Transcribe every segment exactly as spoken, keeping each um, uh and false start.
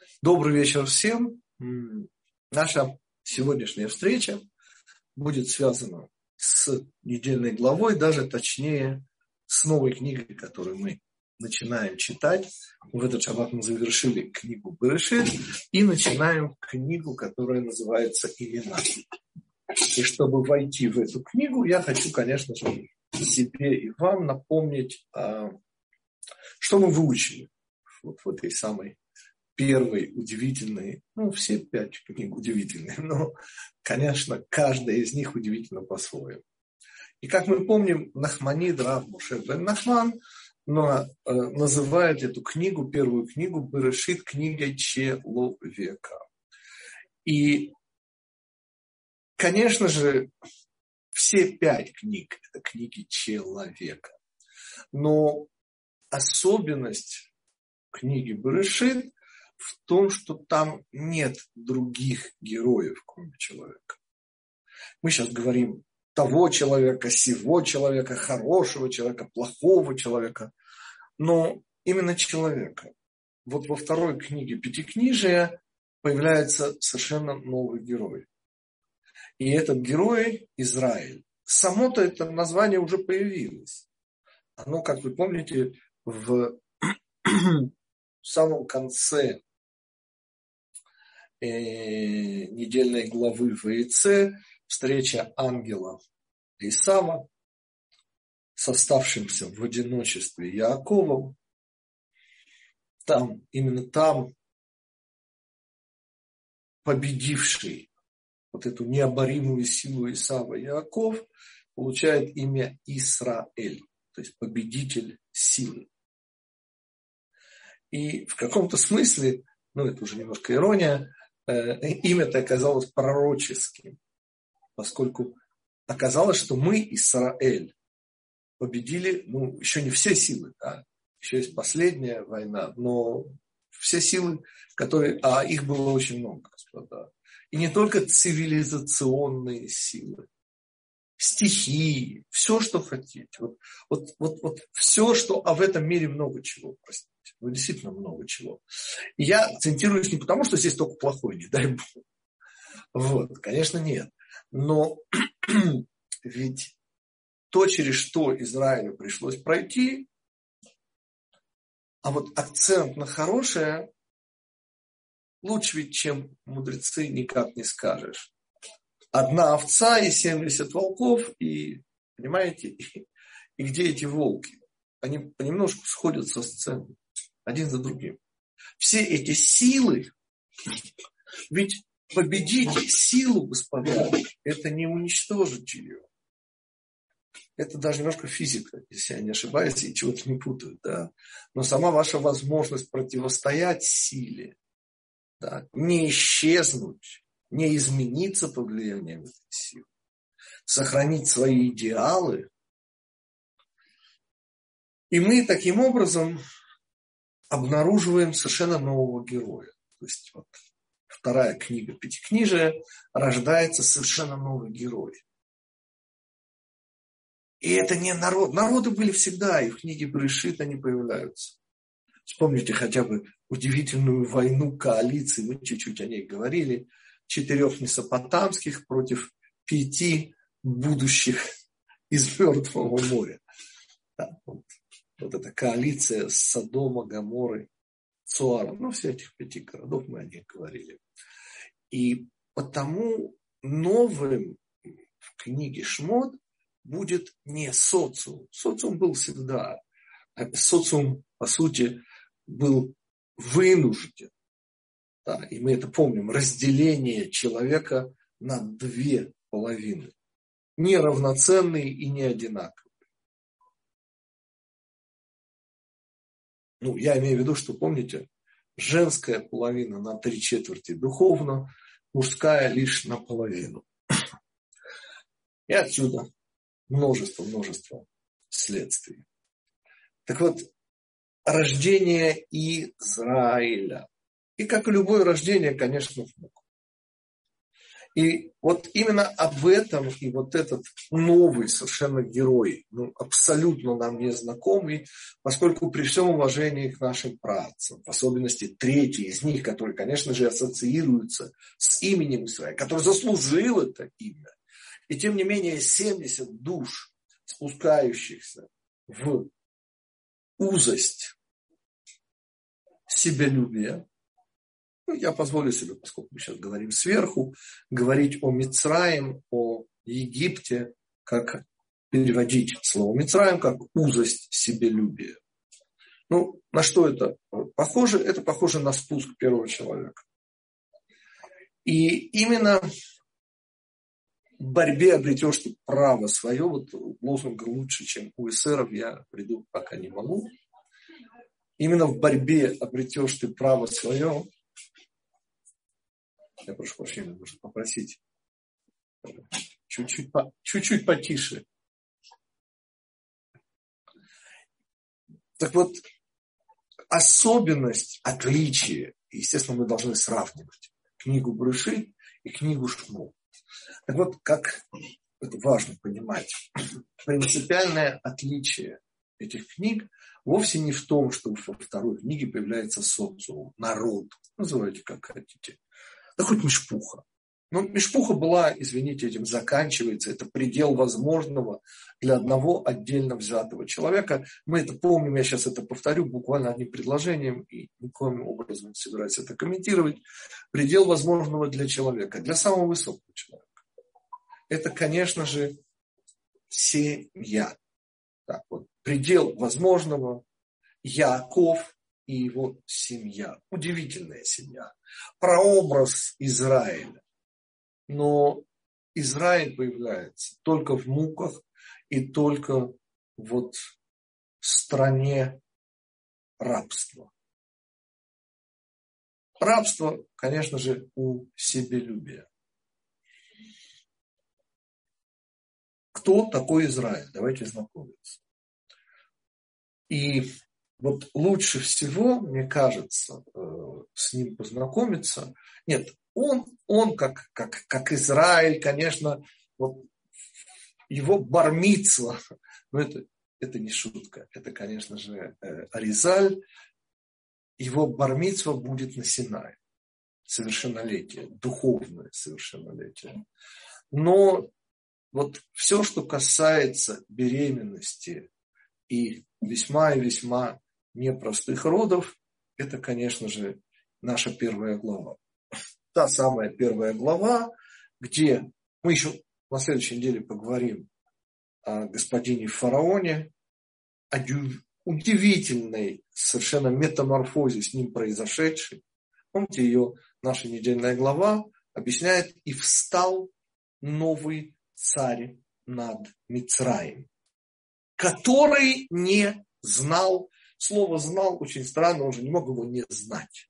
Добрый вечер всем. Наша сегодняшняя встреча будет связана с недельной главой, даже точнее с новой книгой, которую мы начинаем читать. В этот шаббат мы завершили книгу Берешит и начинаем книгу, которая называется «Имена». И чтобы войти в эту книгу, я хочу, конечно же, себе и вам напомнить, что мы выучили вот в этой самой первый удивительный, ну, все пять книг удивительные, но, конечно, каждая из них удивительна по-своему. И, как мы помним, Нахманид Рав Моше бен Нахман но, э, называет эту книгу, первую книгу Берешит, книгой человека. И, конечно же, все пять книг – это книги человека. Но особенность книги Берешит в том, что там нет других героев, кроме человека. Мы сейчас говорим того человека, сего человека, хорошего человека, плохого человека, но именно человека. Вот во второй книге Пятикнижия появляется совершенно новый герой. И этот герой Израиль. Само-то это название уже появилось. Оно, как вы помните, в самом конце недельной главы Ваице, встреча ангела Исава с оставшимся в одиночестве Яаковом. Там, именно там, победивший вот эту необоримую силу Исава Яаков, получает имя Исраэль, то есть победитель силы. И в каком-то смысле, ну это уже немножко ирония, имя-то оказалось пророческим, поскольку оказалось, что мы, Исраэль, победили, ну, еще не все силы, да, еще есть последняя война, но все силы, которые, а их было очень много, господа. И не только цивилизационные силы, стихии, все, что хотите. Вот, вот, вот, вот все, что, а в этом мире много чего, простите. Ну, действительно много чего. И я акцентируюсь не потому, что здесь только плохое, не дай бог. Вот, конечно, нет. Но ведь то, через что Израилю пришлось пройти, а вот акцент на хорошее лучше ведь, чем мудрецы, никак не скажешь. Одна овца и семьдесят волков, и, понимаете, и, и где эти волки? Они понемножку сходят со сцены, один за другим. Все эти силы, ведь победить силу, господа, это не уничтожить ее. Это даже немножко физика, если я не ошибаюсь, и чего-то не путаю. Да? Но сама ваша возможность противостоять силе, да, не исчезнуть, не измениться под влиянием этой силы, сохранить свои идеалы. И мы таким образом обнаруживаем совершенно нового героя. То есть вот вторая книга Пятикнижия рождается совершенно новый герой. И это не народ. Народы были всегда, и в книге Берешит они появляются. Вспомните хотя бы удивительную войну коалиции, мы чуть-чуть о ней говорили, четырех месопотамских против пяти будущих из Мертвого моря. Да, вот, вот эта коалиция Содома, Гоморры, Цоара, ну, все этих пяти городов мы о них говорили. И потому новым в книге Шмот будет не социум. Социум был всегда. Социум, по сути, был вынужден. Да, и мы это помним. Разделение человека на две половины. Неравноценные и не одинаковые. Ну, я имею в виду, что, помните, женская половина на три четверти духовно, мужская лишь наполовину. И отсюда множество-множество следствий. Так вот, рождение Израиля. И как и любое рождение, конечно, внук. И вот именно об этом и вот этот новый совершенно герой, ну, абсолютно нам незнакомый, поскольку при всем уважении к нашим працам, в особенности третий из них, который, конечно же, ассоциируется с именем Израиля, который заслужил это имя, и тем не менее семьдесят душ, спускающихся в узость себялюбия. Ну, я позволю себе, поскольку мы сейчас говорим сверху, говорить о Мицраим, о Египте, как переводить слово Мицраим, как узость себялюбия. Ну, на что это похоже? Это похоже на спуск первого человека. И именно в борьбе обретешь ты право свое, вот лозунг лучше, чем у эсеров, я приду пока не могу. Именно в борьбе обретешь ты право свое. Я прошу прощения, можно попросить чуть-чуть, чуть-чуть потише. Так вот, особенность, отличие, естественно, мы должны сравнивать книгу Брешит и книгу Шмот. Так вот, как это важно понимать, принципиальное отличие этих книг вовсе не в том, что во второй книге появляется социум, народ, называйте как хотите. Да хоть Мишпуха. Но Мишпуха была, извините, этим заканчивается. Это предел возможного для одного отдельно взятого человека. Мы это помним, я сейчас это повторю буквально одним предложением и никоим образом не собираюсь это комментировать. Предел возможного для человека, для самого высокого человека. Это, конечно же, семья. Так вот, предел возможного, Яаков и его семья. Удивительная семья. Прообраз Израиля. Но Израиль появляется только в муках и только вот в стране рабства. Рабство, конечно же, у себялюбия. Кто такой Израиль? Давайте знакомиться. И вот лучше всего, мне кажется, с ним познакомиться. Нет, он, он как, как, как Израиль, конечно, вот его бар мицва, но это, это не шутка, это, конечно же, Аризаль, его бар мицва будет на Синае, совершеннолетие, духовное совершеннолетие. Но вот все, что касается беременности и весьма и весьма непростых родов, это, конечно же, наша первая глава. Та самая первая глава, где мы еще на следующей неделе поговорим о господине фараоне, о удивительной совершенно метаморфозе с ним произошедшей. Помните, ее наша недельная глава объясняет: и встал новый царь над Мицраим, который не знал. Слово «знал» очень странно, он же не мог его не знать.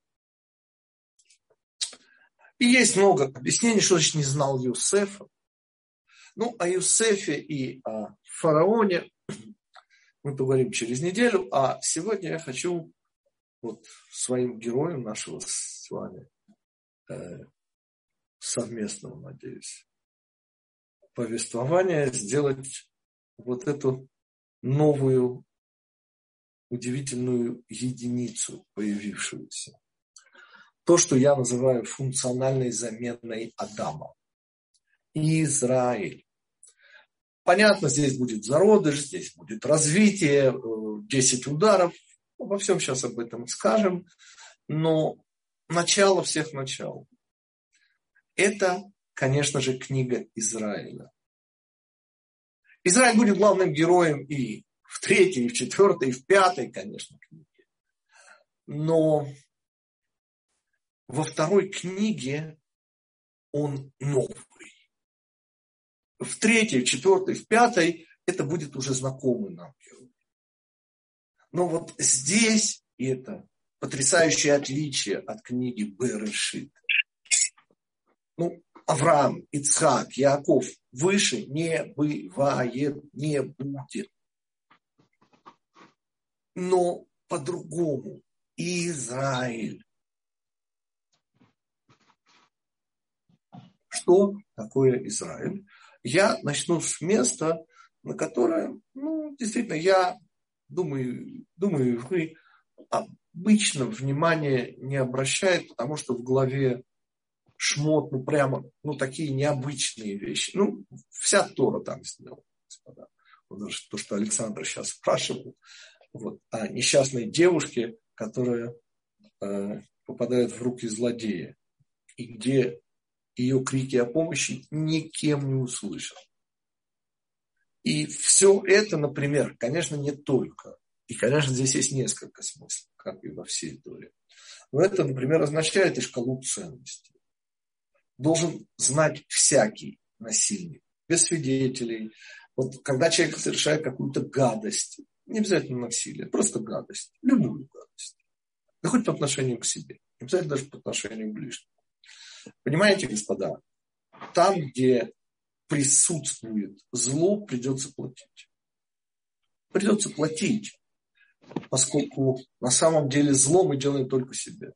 И есть много объяснений, что значит не знал Иосифа. Ну, о Иосифе и о фараоне мы поговорим через неделю. А сегодня я хочу вот своим героем нашего с вами э, совместного, надеюсь, повествования сделать вот эту новую удивительную единицу, появившуюся. То, что я называю функциональной заменой Адама. Израиль. Понятно, здесь будет зародыш, здесь будет развитие, десять ударов. Обо всем сейчас об этом скажем. Но начало всех начал. Это, конечно же, книга Израиля. Израиль будет главным героем и в третьей, и в четвертой, и в пятой, конечно, книге. Но во второй книге он новый. В третьей, в четвертой, в пятой это будет уже знакомый нам герой. Но вот здесь это потрясающее отличие от книги Берешит. Ну, Авраам, Ицхак, Яаков выше не бывает, не будет. Но по-другому. Израиль. что такое Израиль. Я начну с места, на которое, ну, действительно, я думаю, думаю, вы обычно внимание не обращает, потому что в главе Шмот, ну, прямо, ну, такие необычные вещи. Ну, вся Тора там сделана, господа. Вот даже то, что Александр сейчас спрашивал, вот, о несчастной девушке, которая э, попадает в руки злодея, и где ее крики о помощи никем не услышат. И все это, например, конечно, не только. И, конечно, здесь есть несколько смыслов, как и во всей Торе. Но это, например, означает и шкалу ценностей. Должен знать всякий насильник, без свидетелей. Вот когда человек совершает какую-то гадость, не обязательно насилие, просто гадость, любую гадость. Да хоть по отношению к себе, не обязательно даже по отношению к ближнему. Понимаете, господа, там, где присутствует зло, придется платить. Придется платить, поскольку на самом деле зло мы делаем только себе.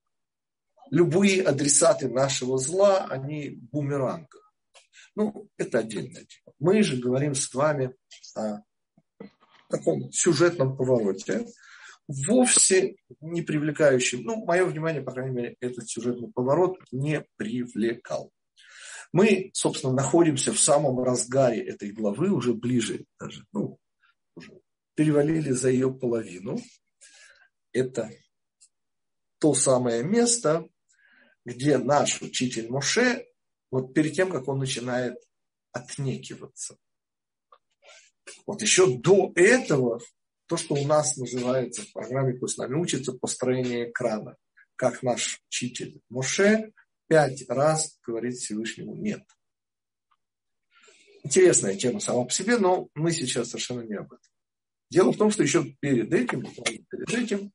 Любые адресаты нашего зла, они бумеранг. Ну, это отдельная тема. Мы же говорим с вами о таком сюжетном повороте, вовсе не привлекающем, ну, мое внимание, по крайней мере, этот сюжетный поворот не привлекал. Мы, собственно, находимся в самом разгаре этой главы, уже ближе даже, ну, уже перевалили за ее половину. Это то самое место, где наш учитель Моше, вот перед тем, как он начинает отнекиваться. Вот еще до этого, то, что у нас называется в программе «Пусть с нами учится», построение экрана, как наш учитель Моше пять раз говорит Всевышнему «нет». Интересная тема сама по себе, но мы сейчас совершенно не об этом. Дело в том, что еще перед этим, перед этим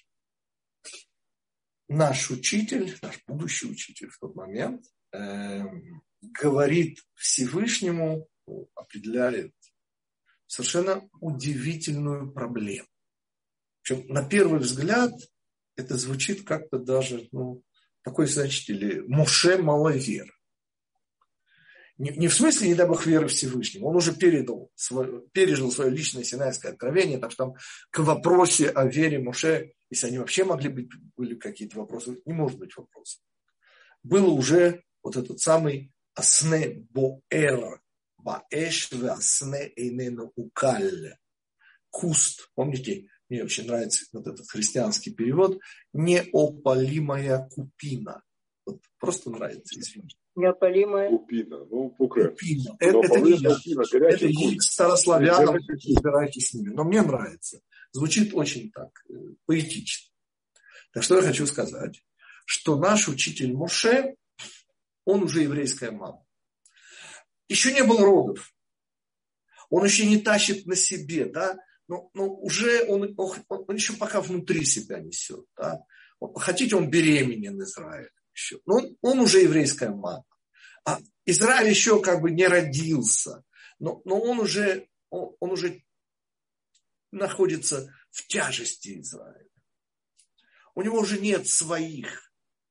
наш учитель, наш будущий учитель в тот момент, э, говорит Всевышнему, определяет совершенно удивительную проблему. Причем на первый взгляд это звучит как-то даже, ну, такой, значит ли, Моше маловер. Не, не в смысле, не дай бог, веры Всевышнему. Он уже передал, свое, пережил свое личное синайское откровение, так что там к вопросе о вере Моше, если они вообще могли быть, были какие-то вопросы, не может быть вопросов. Было уже вот этот самый асне боэр, баэш ве асне эйнену укаль. Куст, помните, мне очень нравится вот этот христианский перевод, неопалимая купина. Вот просто нравится, извините. Неопалимая купина. Ну, купина. Это, это не я. Это язык старославянам, разбирайтесь с ними. Но мне нравится. Звучит очень так, поэтично. Так что я хочу сказать, что наш учитель Моше, он уже еврейская мама. Еще не было родов. Он еще не тащит на себе, да, но, но уже он, он, он еще пока внутри себя несет. Да? Хотите, он беременен Израилем еще. Но он, он уже еврейская мама. А Израиль еще как бы не родился. Но, но он, уже, он, он уже находится в тяжести Израиля. У него уже нет своих.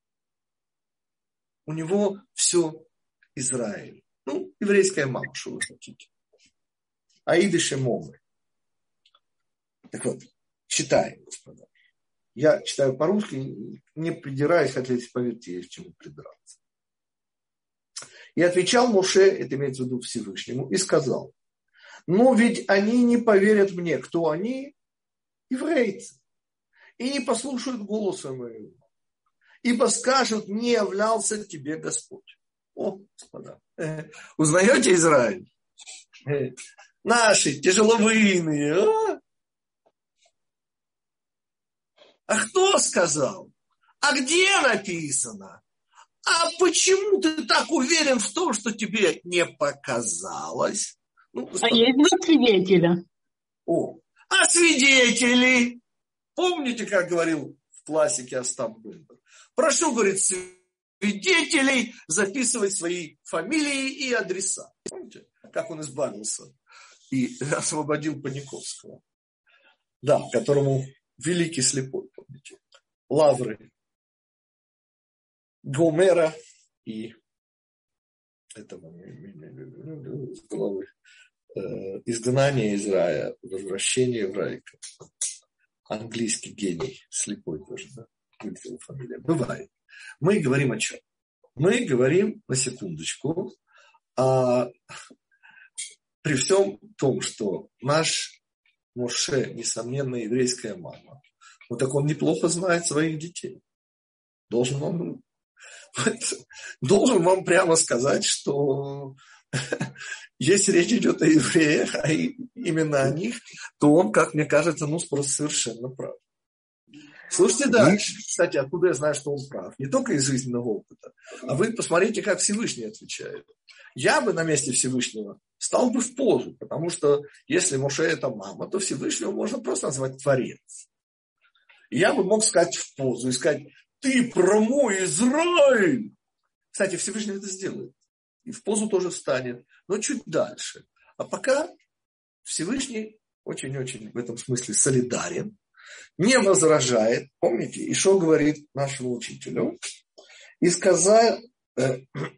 У него все Израиль. Ну, еврейская мама, что вы хотите. Аиды Шемомы. Так вот, читаем, господа. Я читаю по-русски, не придираясь, хотя, поверьте, есть к чему придраться. И отвечал Моше, это имеется в виду Всевышнему, и сказал: но ведь они не поверят мне. Кто они? Еврейцы. И не послушают голоса моего. Ибо скажут: не являлся тебе Господь. О, господа, э, узнаете Израиль? Э, наши тяжеловыйные. А? А кто сказал? А где написано? А почему ты так уверен в том, что тебе не показалось? Ну, а есть два свидетеля. О, а свидетели? Помните, как говорил в классике Остап Бендер? Прошу, говорит, свидетелей записывать свои фамилии и адреса. Помните, как он избавился и освободил Паниковского? Да, которому великий слепой, помните, лавры Гомера и этого с головы. Изгнание из рая, возвращение в рай. Английский гений, слепой тоже, да? Вылетела фамилия. Бывает. Мы говорим о чем? Мы говорим, на секундочку, о, при всем том, что наш Моше, несомненно, еврейская мама, вот так он неплохо знает своих детей. Должен вам, должен вам прямо сказать, что если речь идет о евреях, а именно о них, то он, как мне кажется, ну, просто совершенно прав. Слушайте дальше. Кстати, откуда я знаю, что он прав? Не только из жизненного опыта. А вы посмотрите, как Всевышний отвечает. Я бы на месте Всевышнего стал бы в позу, потому что если Моше это мама, то Всевышнего можно просто назвать Творец. И я бы мог сказать в позу и сказать: ты про мой Израиль. Кстати, Всевышний это сделает. И в позу тоже встанет, но чуть дальше. А пока Всевышний очень-очень в этом смысле солидарен, не возражает. Помните, и что говорит нашему учителю? И сказал, э,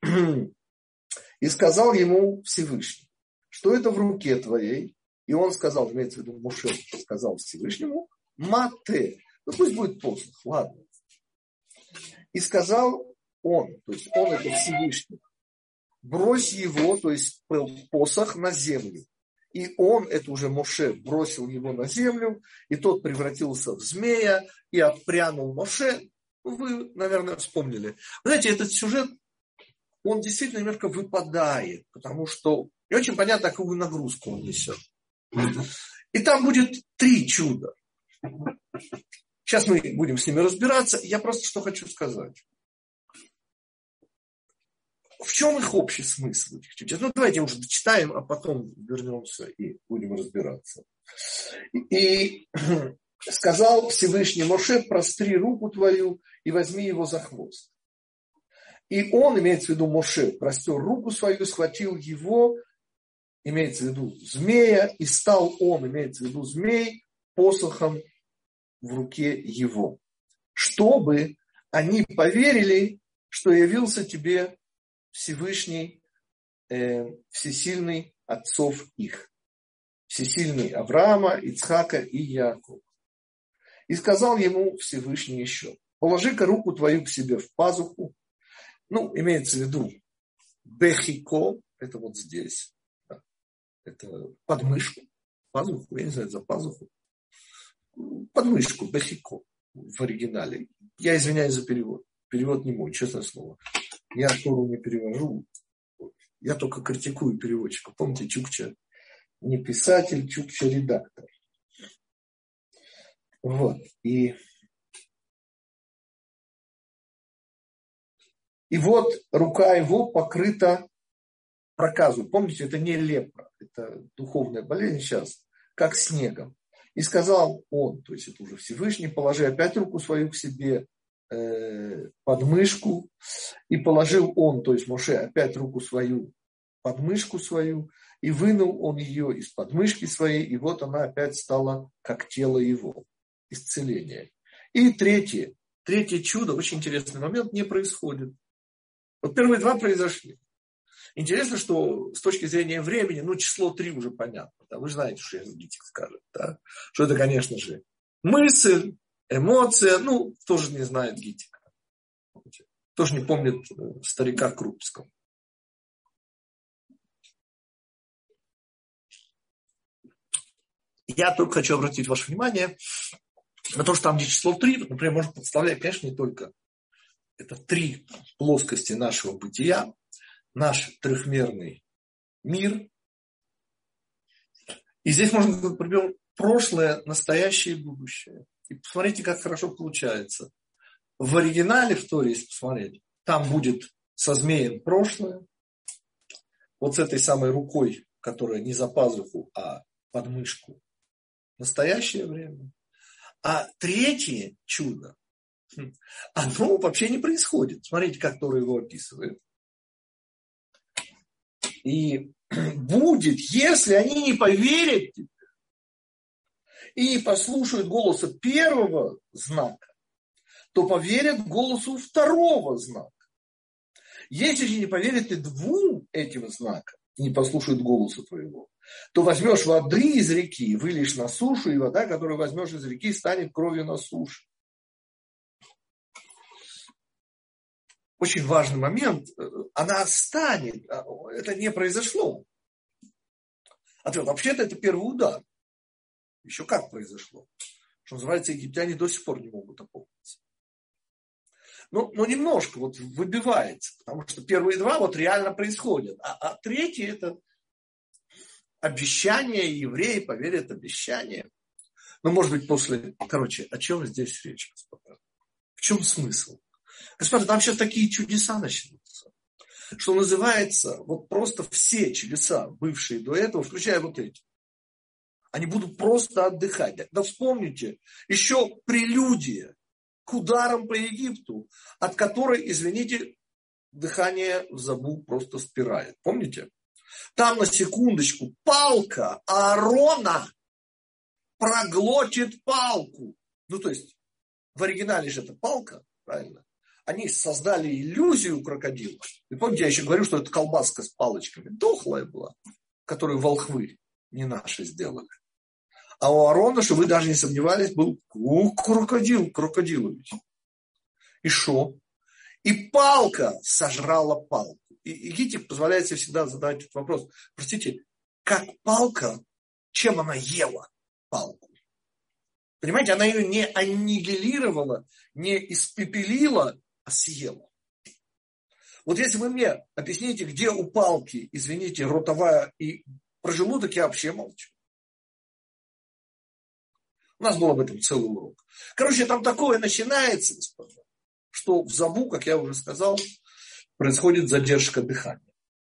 и сказал ему Всевышний, что это в руке твоей. И он сказал, имеется в виду Моше, сказал Всевышнему: мате. Ну пусть будет посох, ладно. И сказал он, то есть он это Всевышний: брось его, то есть посох, на землю. И он, это уже Моше, бросил его на землю, и тот превратился в змея, и отпрянул Моше. Вы, наверное, вспомнили. Вы знаете, этот сюжет, он действительно немножко выпадает, потому что не очень понятно, какую нагрузку он несет. И там будет три чуда. Сейчас мы будем с ними разбираться. Я просто что хочу сказать. В чем их общий смысл? Ну, давайте уже дочитаем, а потом вернемся и будем разбираться. И сказал Всевышний Моше: простри руку твою и возьми его за хвост. И он, имеется в виду Моше, простер руку свою, схватил его, имеется в виду змея, и стал он, имеется в виду змей, посохом в руке его. Чтобы они поверили, что явился тебе Всевышний, э, всесильный отцов их. Всесильный Авраама, Ицхака и Якова. И сказал ему Всевышний еще: положи-ка руку твою к себе в пазуху. Ну, имеется в виду бехико, это вот здесь. Да, это подмышку. Пазуху, я не знаю, за пазуху. Подмышку, бехико в оригинале. Я извиняюсь за перевод. Перевод не мой, честное слово. Я Тору не перевожу. Я только критикую переводчика. Помните, Чукча не писатель, Чукча редактор. Вот. И, и вот рука его покрыта проказу. Помните, это не лепра. Это духовная болезнь сейчас, как снегом. И сказал он, то есть это уже Всевышний: положи опять руку свою к себе под мышку. И положил он, то есть Моше, опять руку свою под мышку свою, и вынул он ее из подмышки своей, и вот она опять стала как тело его. Исцеление. И третье, третье чудо, очень интересный момент, не происходит. Вот первые два произошли. Интересно, что с точки зрения времени, ну, число три уже понятно. Да? Вы знаете, что Гитик скажет. Да? Что это, конечно же, мысль, эмоция, ну, тоже не знает Гитика. Тоже не помнит старика Крупского. Я только хочу обратить ваше внимание на то, что там, где число три, например, можно представлять, конечно, не только это три плоскости нашего бытия, наш трехмерный мир. И здесь можно, например, прошлое, настоящее и будущее. И посмотрите, как хорошо получается. В оригинале, в Торе, если посмотреть, там будет со змеем прошлое, вот с этой самой рукой, которая не за пазуху, а под мышку, настоящее время. А третье чудо, оно вообще не происходит. Смотрите, как Тора его описывает. И будет, если они не поверят тебе и не послушают голоса первого знака, то поверят голосу второго знака. Если же не поверят и двум этим знакам, не послушают голоса твоего, то возьмешь воды из реки, выльешь на сушу, и вода, которую возьмешь из реки, станет кровью на суше. Очень важный момент. Она станет. Это не произошло. Ответ. Вообще-то это первый удар. Еще как произошло. Что называется, египтяне до сих пор не могут опомниться. Но, но немножко вот выбивается. Потому что первые два вот реально происходят. А, а третий это обещание. Евреи поверят обещание. Ну, может быть, после... Короче, о чем здесь речь, господа? В чем смысл? Господа, там сейчас такие чудеса начнутся, что называется, вот просто все чудеса, бывшие до этого, включая вот эти, они будут просто отдыхать. Да вспомните, еще прелюдия к ударам по Египту, от которой, извините, дыхание в забу просто спирает. Помните? Там на секундочку палка Аарона проглотит палку. Ну, то есть, в оригинале же это палка, правильно? Они создали иллюзию крокодила. И помните, я еще говорю, что это колбаска с палочками. Дохлая была, которую волхвы не наши сделали. А у Аарона, что вы даже не сомневались, был ух, крокодил, крокодилович. И шо? И палка сожрала палку. И Гитик позволяет себе всегда задать этот вопрос. Простите, как палка, чем она ела палку? Понимаете, она ее не аннигилировала, не испепелила, а съела. Вот если вы мне объясните, где у палки, извините, ротовая и про желудок, я вообще молчу. У нас был об этом целый урок. Короче, там такое начинается, господа, что в забу, как я уже сказал, происходит задержка дыхания.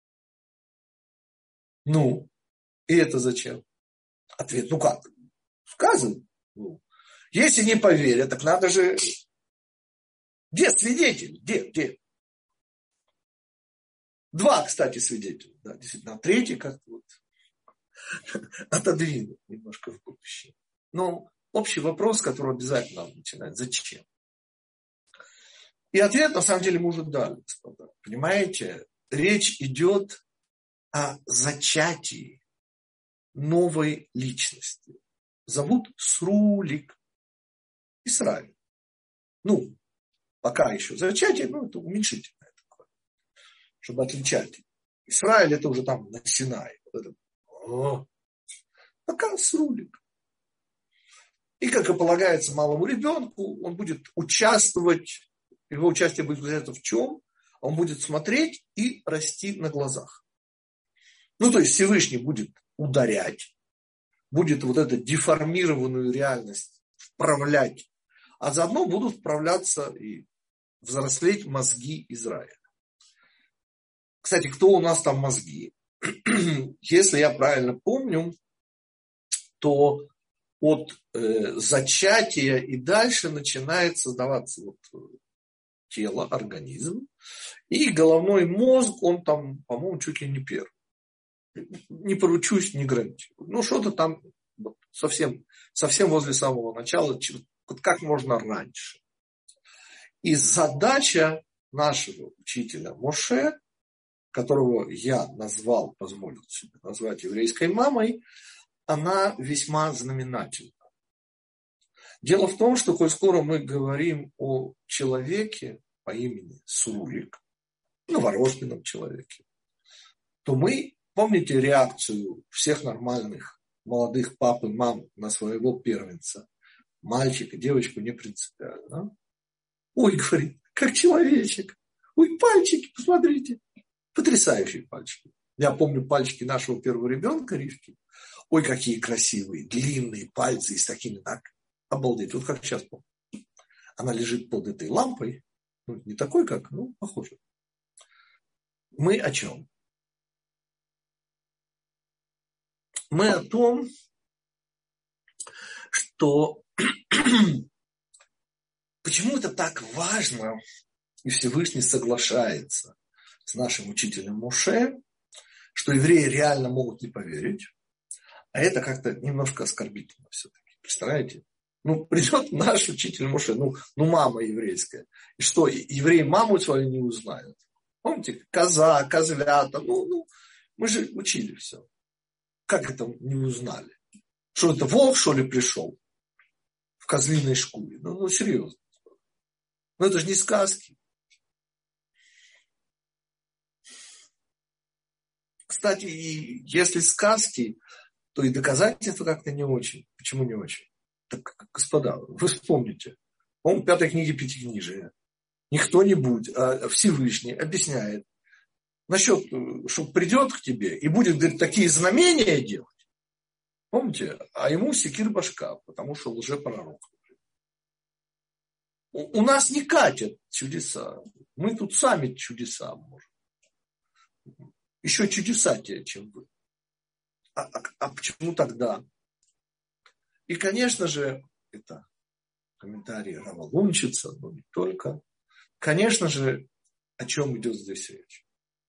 Ну, и это зачем? Ответ, ну как? Сказано. Ну, если не поверят, так надо же... Где свидетели? Где? Где? Два, кстати, свидетеля. Да, действительно. Третий как-то вот отодвинут немножко в будущее. Но общий вопрос, который обязательно надо начинать. Зачем? И ответ, на самом деле, мы уже дали, господа. Понимаете? Речь идет о зачатии новой личности. Зовут Срулик. Исраиль. Ну, пока еще зачатие, ну, это уменьшительное такое, чтобы отличать. Израиль это уже там на Синае. Вот это, о, пока Срулик. И, как и полагается малому ребенку, он будет участвовать, его участие будет заключаться в чем? Он будет смотреть и расти на глазах. Ну, то есть Всевышний будет ударять, будет вот эту деформированную реальность вправлять, а заодно будут вправляться и взрослеть мозги Израиля. Кстати, кто у нас там мозги? Если я правильно помню, то от э, зачатия и дальше начинает создаваться вот тело, организм. И головной мозг, он там, по-моему, чуть ли не первый. Не поручусь, не гарантирую. Ну, что-то там совсем, совсем возле самого начала, вот как можно раньше. И задача нашего учителя Моше, которого я назвал, позволил себе назвать еврейской мамой, она весьма знаменательна. Дело в том, что, коль скоро мы говорим о человеке по имени Срулик, новорожденном человеке, то мы, помните реакцию всех нормальных молодых пап и мам на своего первенца? Мальчика, девочку не принципиально. Ой, говорит, как человечек. Ой, пальчики, посмотрите. Потрясающие пальчики. Я помню пальчики нашего первого ребенка, Ривки. Ой, какие красивые, длинные пальцы и с такими, так, обалдеть. Вот как сейчас помню. Она лежит под этой лампой. Ну, не такой, как, ну, похоже. Мы о чем? Мы о том, что почему это так важно, и Всевышний соглашается с нашим учителем Моше, что евреи реально могут не поверить, а это как-то немножко оскорбительно все-таки. Представляете? Ну, придет наш учитель Моше, ну, ну, мама еврейская. И что, евреи маму свою не узнают? Помните, коза, козлята. Ну, ну, мы же учили все. Как это не узнали? Что это, волк, что ли, пришел в козлиной шкуре? Ну, ну серьезно. Ну, это же не сказки. Кстати, и если сказки, то и доказательства как-то не очень. Почему не очень? Так, господа, вы вспомните. Он в пятой книге Пятикнижия. Не кто-нибудь, а Всевышний объясняет. Насчет, что придет к тебе и будет, говорит, такие знамения делать. Помните? А ему секир башка, потому что лжепророк. У, у нас не катят чудеса. Мы тут сами чудеса можем. Еще чудесатее, чем вы. А, а, а почему тогда? И, конечно же, это комментарии Рава Лунчица, но не только. Конечно же, о чем идет здесь речь.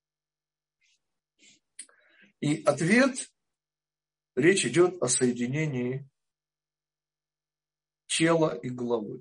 И ответ, речь идет о соединении тела и головы.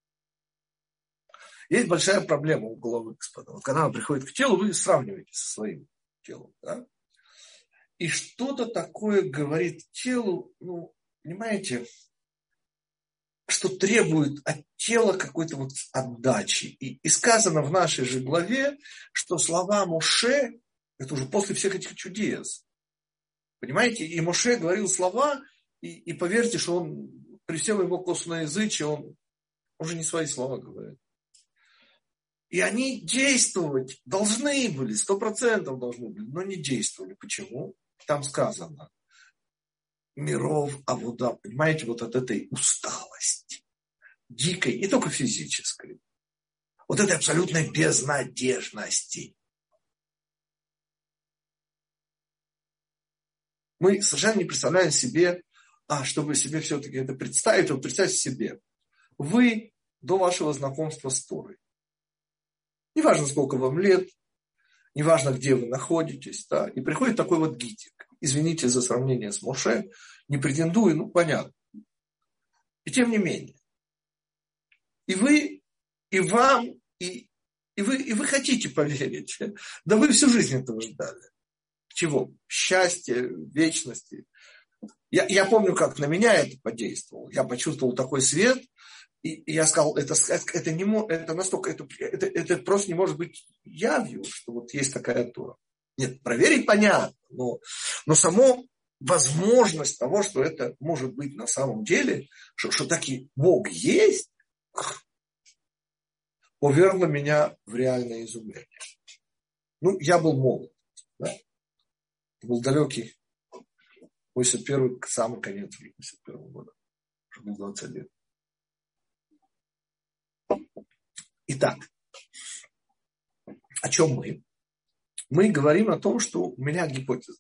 Есть большая проблема у головы, господа. Вот когда она приходит к телу, вы сравниваете со своим телом. Да? И что-то такое говорит телу, ну, понимаете, что требует от тела какой-то вот отдачи. И, и сказано в нашей же главе, что слова Моше, это уже после всех этих чудес. Понимаете, и Моше говорил слова, и, и поверьте, что он, при всем его косноязычии, он уже не свои слова говорит. И они действовать должны были, сто процентов должны были, но не действовали. Почему? Там сказано, миров авуда, понимаете, вот от этой усталости, дикой, не только физической, вот этой абсолютной безнадежности. Мы совершенно не представляем себе, а чтобы себе все-таки это представить, вот представьте себе, вы до вашего знакомства с Торой. Неважно, сколько вам лет, неважно, где вы находитесь, да, и приходит такой вот гитик. Извините за сравнение с Моше, не претендую, ну, понятно. И тем не менее. И вы, и вам, и, и, вы, и вы хотите поверить. Да вы всю жизнь этого ждали. Чего? Счастья, вечности. Я, я помню, как на меня это подействовало. Я почувствовал такой свет, и, и я сказал, это, это, не, это настолько, это, это, это просто не может быть явью, что вот есть такая Тора. Нет, проверить понятно, но, но само возможность того, что это может быть на самом деле, что, что таки Бог есть, повергло меня в реальное изумление. Ну, я был молод, да? Был далекий восемьдесят первый, самый конец восемьдесят первого года, уже был двадцать лет. Итак, о чем мы? Мы говорим о том, что у меня гипотеза.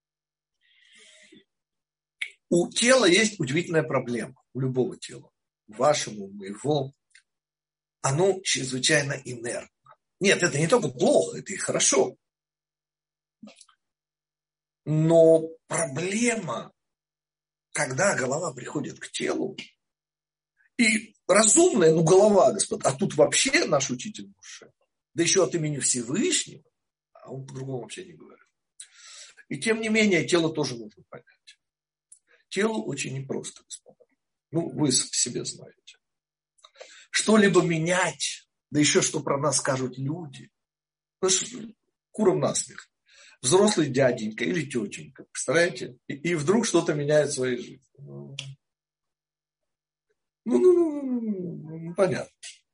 У тела есть удивительная проблема, у любого тела, вашего, у моего. Оно чрезвычайно инертно. Нет, это не только плохо, это и хорошо. Но проблема, когда голова приходит к телу, и разумная, ну голова, господа, а тут вообще наш учитель Моше, да еще от имени Всевышнего, а он по-другому вообще не говорил. И тем не менее, тело тоже нужно понять. Телу очень непросто, господа. Ну, вы себе знаете. Что-либо менять, да еще что про нас скажут люди. Ну, куром насмех. Взрослый дяденька или тетенька, представляете? И, и вдруг что-то меняет в своей жизни. Ну, ну, ну, ну, ну понятно.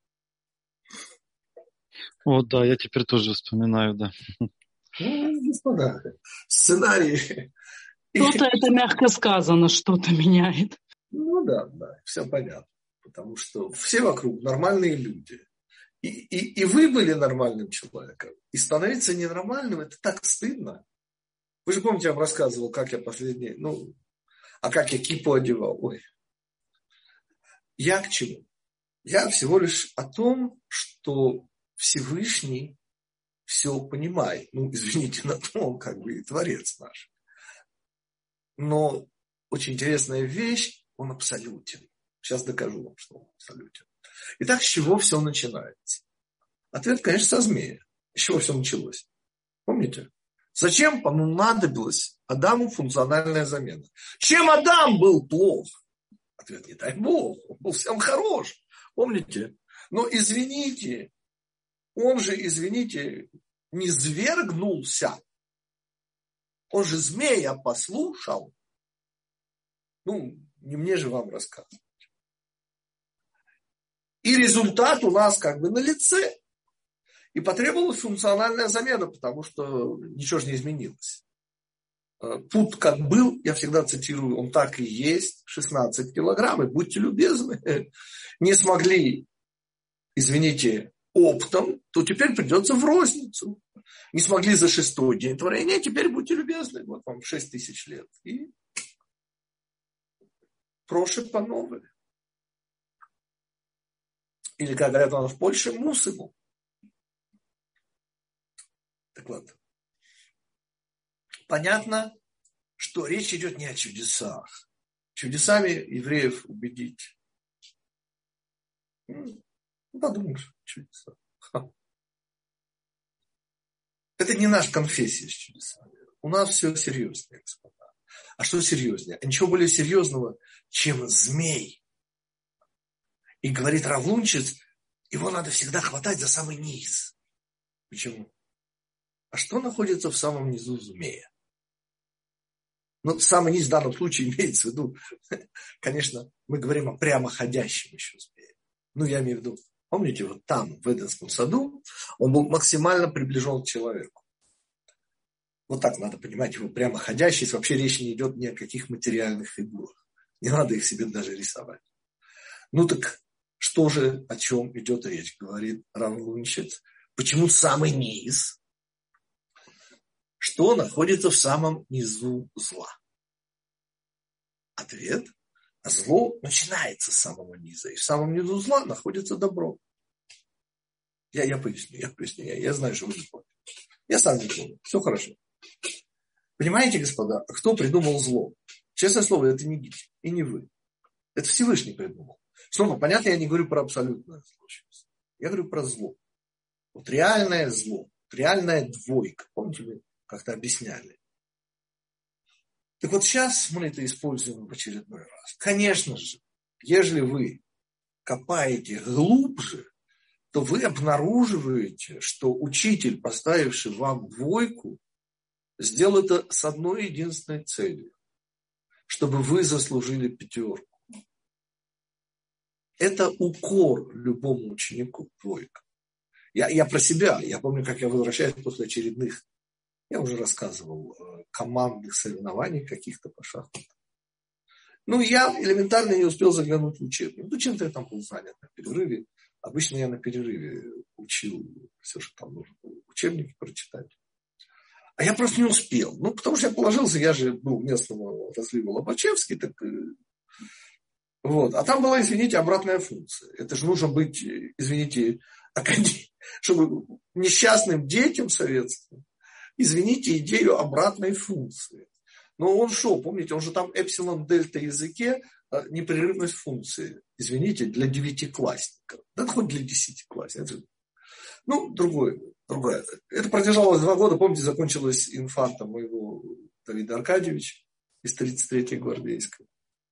Вот, да, я теперь тоже вспоминаю, да. Ну, господа, сценарий. Что-то это мягко сказано, что-то меняет. Ну да, да, все понятно. Потому что все вокруг нормальные люди. И, и, и вы были нормальным человеком. И становиться ненормальным, это так стыдно. Вы же помните, я вам рассказывал, как я последний, ну, а как я кипу одевал. Ой. Я к чему? Я всего лишь о том, что Всевышний все понимает. Ну, извините, на то он как бы и творец наш. Но очень интересная вещь, он абсолютен. Сейчас докажу вам, что он абсолютен. Итак, с чего все начинается? Ответ, конечно, со змея. С чего все началось? Помните? Зачем понадобилась Адаму функциональная замена? Чем Адам был плох? Ответ: не дай Бог, он был всем хорош. Помните? Но извините, он же, извините, не свергнулся. Он же змея послушал. Ну, не мне же вам рассказывать. И результат у нас как бы на лице. И потребовалась функциональная замена, потому что ничего же не изменилось. Путь как был, я всегда цитирую, он так и есть, шестнадцать килограмм, и будьте любезны, не смогли, извините, оптом, то теперь придется в розницу. Не смогли за шестой день творения, теперь будьте любезны, вот вам шесть тысяч лет. И проще по новой. Или, как говорят у нас в Польше, мусыму. Так вот. Понятно, что речь идет не о чудесах. Чудесами евреев убедить. Ну, подумаешь, чудеса. Это не наша конфессия с чудесами. У нас все серьезнее, господа. А что серьезнее? Ничего более серьезного, чем змей. И говорит Рав Лунчиц, его надо всегда хватать за самый низ. Почему? А что находится в самом низу змея? Ну, самый низ в данном случае имеется в виду, конечно, мы говорим о прямоходящем еще змее. Ну, я имею в виду, помните, вот там, в Эденском саду, он был максимально приближен к человеку. Вот так надо понимать его прямоходящий. Вообще речь не идет ни о каких материальных фигурах. Не надо их себе даже рисовать. Ну, так что же, о чем идет речь, говорит Рав Лунчиц. Почему самый низ? Что находится в самом низу зла? Ответ. Зло начинается с самого низа. И в самом низу зла находится добро. Я, я поясню, я поясню. Я, я знаю, что вы не поняли. Я сам не понял. Все хорошо. Понимаете, господа, кто придумал зло? Честное слово, это не Гитлер и не вы. Это Всевышний придумал. Снова, понятно, я не говорю про абсолютное зло. Я говорю про зло. Вот реальное зло. Реальная двойка. Помните, вы как-то объясняли. Так вот сейчас мы это используем в очередной раз. Конечно же, если вы копаете глубже, то вы обнаруживаете, что учитель, поставивший вам двойку, сделал это с одной единственной целью. Чтобы вы заслужили пятерку. Это укор любому ученику двойка. Я, я про себя. Я помню, как я возвращаюсь после очередных, я уже рассказывал, командных соревнований каких-то по шахматам. Ну, я элементарно не успел заглянуть в учебник. Ну, чем-то я там был занят на перерыве. Обычно я на перерыве учил все, что там нужно было. Учебники прочитать. А я просто не успел. Ну, потому что я положился, я же был местного разлива Лобачевский, так... Вот. А там была, извините, обратная функция. Это же нужно быть, извините, чтобы несчастным детям советским, извините, идею обратной функции. Но он что, помните, он же там эпсилон дельта языке непрерывность функции, извините, для девятиклассников. Да хоть для десятиклассников. Ну, другое, другое. Это продержалось два года, помните, закончилась инфарктом моего Давида Аркадьевича из тридцать третьей гвардейской.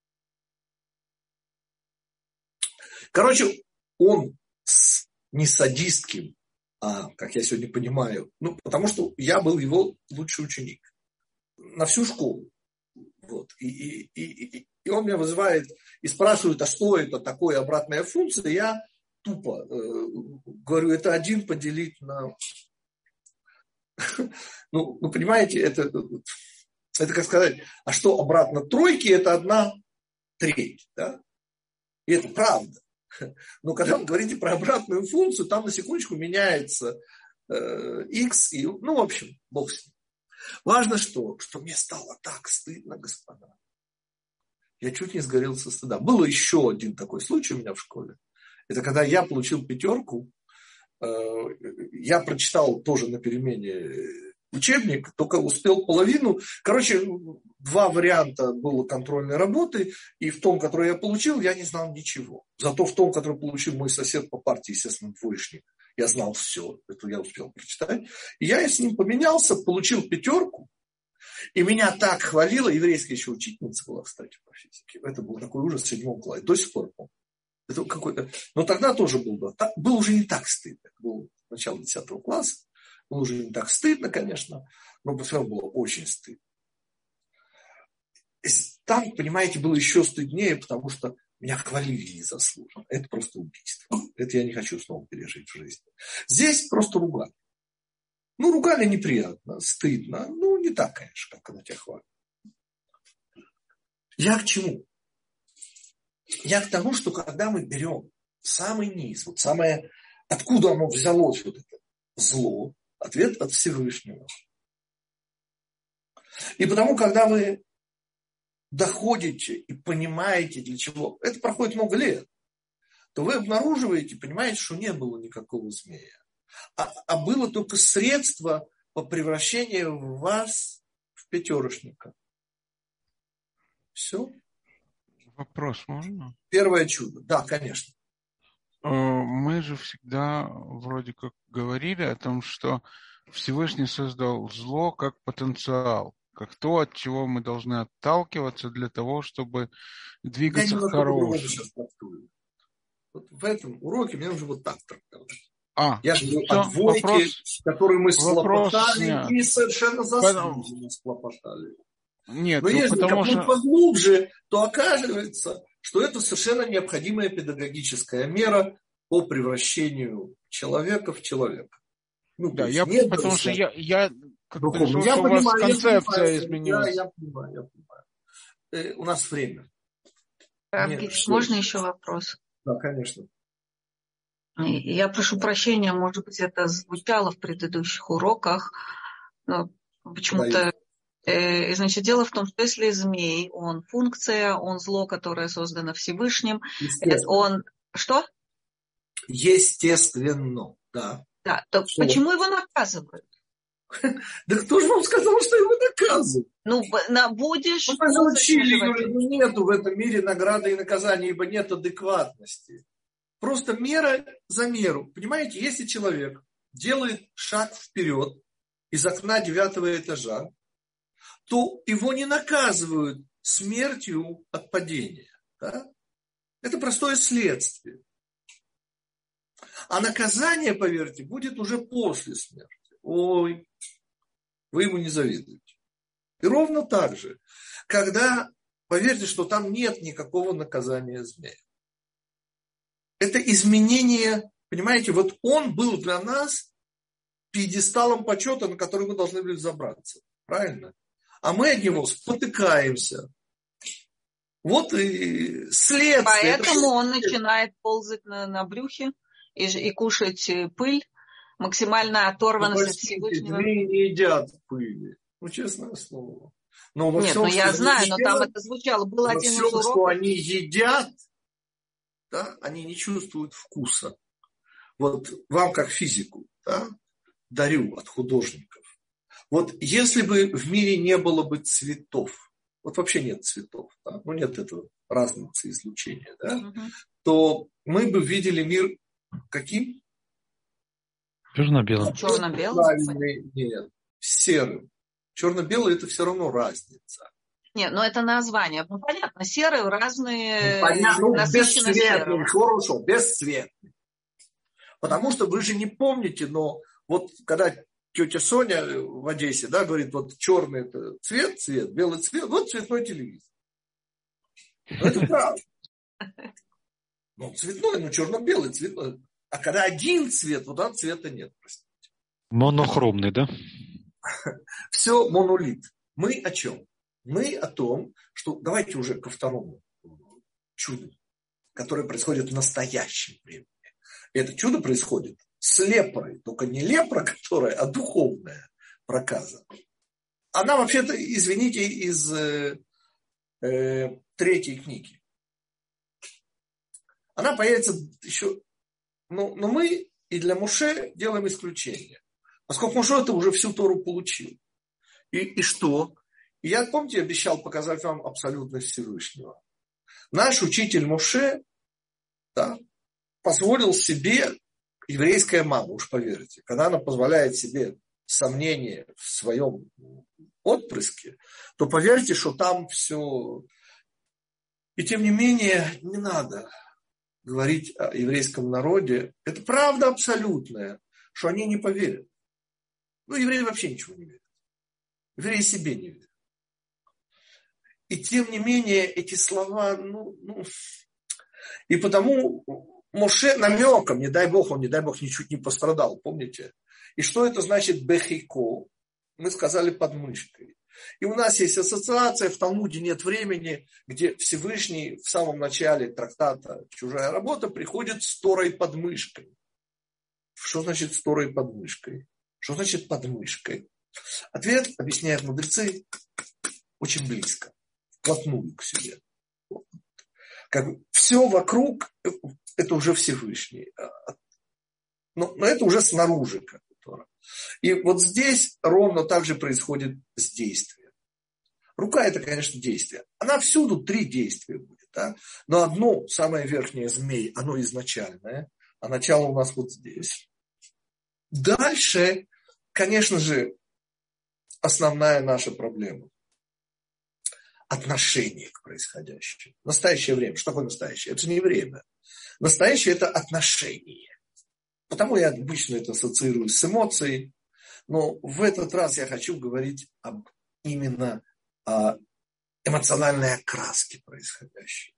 Короче, он с не садистским, а, как я сегодня понимаю, ну, потому что я был его лучший ученик на всю школу. Вот. И, и, и, и он меня вызывает и спрашивает, а что это такое обратная функция? Я тупо э, говорю, это один поделить на... Ну, вы понимаете, это, это как сказать, а что обратно тройки, это одна треть. Да? И это правда. Но когда вы говорите про обратную функцию, там на секундочку меняется э, x, и, ну, в общем, бог с ним. Важно что? Что мне стало так стыдно, господа. Я чуть не сгорел со стыда. Был еще один такой случай у меня в школе. Это когда я получил пятерку, э, я прочитал тоже на перемене учебник, только успел половину. Короче, два варианта было контрольной работы, и в том, который я получил, я не знал ничего. Зато в том, который получил мой сосед по партии, естественно, двоечник, Я знал все, это я успел прочитать. И я с ним поменялся, получил пятерку. И меня так хвалила, еврейская еще учительница была, кстати, по физике. Это был такой ужас в седьмом классе, до сих пор помню. Это какой-то... Но тогда тоже был, да, было уже не так стыдно. Это было начало десятого класса. Было уже не так стыдно, конечно, но все равно было очень стыдно. Там, понимаете, было еще стыднее, потому что меня хвалили незаслуженно. Это просто убийство. Это я не хочу снова пережить в жизни. Здесь просто ругали. Ну, ругали неприятно, стыдно. Ну, не так, конечно, как когда тебя хвалят. Я к чему? Я к тому, что когда мы берем самый низ, вот самое, откуда оно взялось, вот это зло, ответ от Всевышнего. И потому, когда вы доходите и понимаете, для чего, это проходит много лет, то вы обнаруживаете, понимаете, что не было никакого змея, а, а было только средство по превращению вас в пятерошника. Все. Вопрос можно? Первое чудо. Да, конечно. Мы же всегда вроде как говорили о том, что Всевышний создал зло как потенциал, как то, от чего мы должны отталкиваться для того, чтобы двигаться к хорошему. Вот в этом уроке мне нужно вот так трактовать. А, я же говорю все, о двойке, вопрос, которую мы вопрос схлопотали, снят. И совершенно заслуженно Потому... схлопотали. Нет, Но ну, если потому копнуть что... поглубже, то оказывается, что это совершенно необходимая педагогическая мера по превращению человека в человека. Ну, да, есть, я, нет потому что я, я как бы решил, я что понимаю, у вас концепция понимаю, изменилась. Я, я понимаю, я понимаю. Э, у нас время. Равгиш, можно еще вопрос? Да, конечно. Я прошу прощения, может быть, это звучало в предыдущих уроках, но почему-то... Э, значит, дело в том, что если змей, он функция, он зло, которое создано Всевышним, это он... Что? Естественно, да. Да, то что? Почему его наказывают? Да кто же вам сказал, что его наказывают? Ну, на, будешь... Мы же учили, говорили, нету в этом мире награды и наказания, ибо нет адекватности. Просто мера за меру. Понимаете, если человек делает шаг вперед из окна девятого этажа, то его не наказывают смертью от падения. Да? Это простое следствие. А наказание, поверьте, будет уже после смерти. Ой, вы ему не завидуете. И ровно так же, когда, поверьте, что там нет никакого наказания змея. Это изменение, понимаете, вот он был для нас пьедесталом почета, на который мы должны были забраться. Правильно? А мы от него спотыкаемся. Вот и следствие. Поэтому он начинает ползать на, на брюхе и, и кушать пыль, максимально оторванность от Всевышнего. Змеи не едят пыли. Ну, честное слово. Но во Нет, всем, ну я знаю, но едят, там это звучало. Был один всем, из уроков. что они едят, да, они не чувствуют вкуса. Вот вам, как физику, да, дарю от художников. Вот если бы в мире не было бы цветов, вот вообще нет цветов, да, ну нет этого разницы излучения, да, угу. то мы бы видели мир каким? Черно-белым. Черно-белым? Нет, серым. Черно-белый это все равно разница. Нет, ну это название. Ну понятно, серые разные. Ну, понятно, ну, бесцветный, хорошо, бесцветный. Потому что вы же не помните, но вот когда тетя Соня в Одессе, да, говорит, вот черный это цвет, цвет, белый цвет, вот цветной телевизор. Но это правда. Ну, цветной, ну, черно-белый, цветной. А когда один цвет, вот там цвета нет, простите. Монохромный, да? Все монолит. Мы о чем? Мы о том, что давайте уже ко второму чуду, которое происходит в настоящем времени. Это чудо происходит с лепрой, только не лепра, которая, а духовная проказа. Она вообще-то, извините, из э, э, третьей книги. Она появится еще, но, но мы и для Моше делаем исключение. Поскольку Моше это уже всю Тору получил. И, и что? И я, помните, обещал показать вам абсолютность Всевышнего. Наш учитель Моше, да, позволил себе еврейская мама, уж поверьте, когда она позволяет себе сомнения в своем отпрыске, то поверьте, что там все... И тем не менее, не надо говорить о еврейском народе. Это правда абсолютная, что они не поверят. Ну, евреи вообще ничего не верят. Евреи себе не верят. И тем не менее, эти слова, ну, ну... И потому Моше намеком, не дай Бог, он, не дай Бог, ничуть не пострадал, помните? И что это значит бехико? Мы сказали под мышкой. И у нас есть ассоциация, в Талмуде нет времени, где Всевышний в самом начале трактата «Чужая работа» приходит с Торой под мышкой. Что значит с Торой под мышкой? Что значит под мышкой? Ответ, объясняют мудрецы, очень близко, вплотную к себе. Как бы все вокруг, это уже Всевышний. Но, но это уже снаружи. Как бы, Тора. И вот здесь ровно так же происходит с действием. Рука – это, конечно, действие. Она всюду три действия будет. Да? Но одно, самое верхнее змей, оно изначальное, а начало у нас вот здесь. Дальше, конечно же, основная наша проблема. Отношение к происходящему. Настоящее время. Что такое настоящее? Это не время. Настоящее – это отношение. Потому я обычно это ассоциирую с эмоцией. Но в этот раз я хочу говорить об именно о эмоциональной окраске происходящего.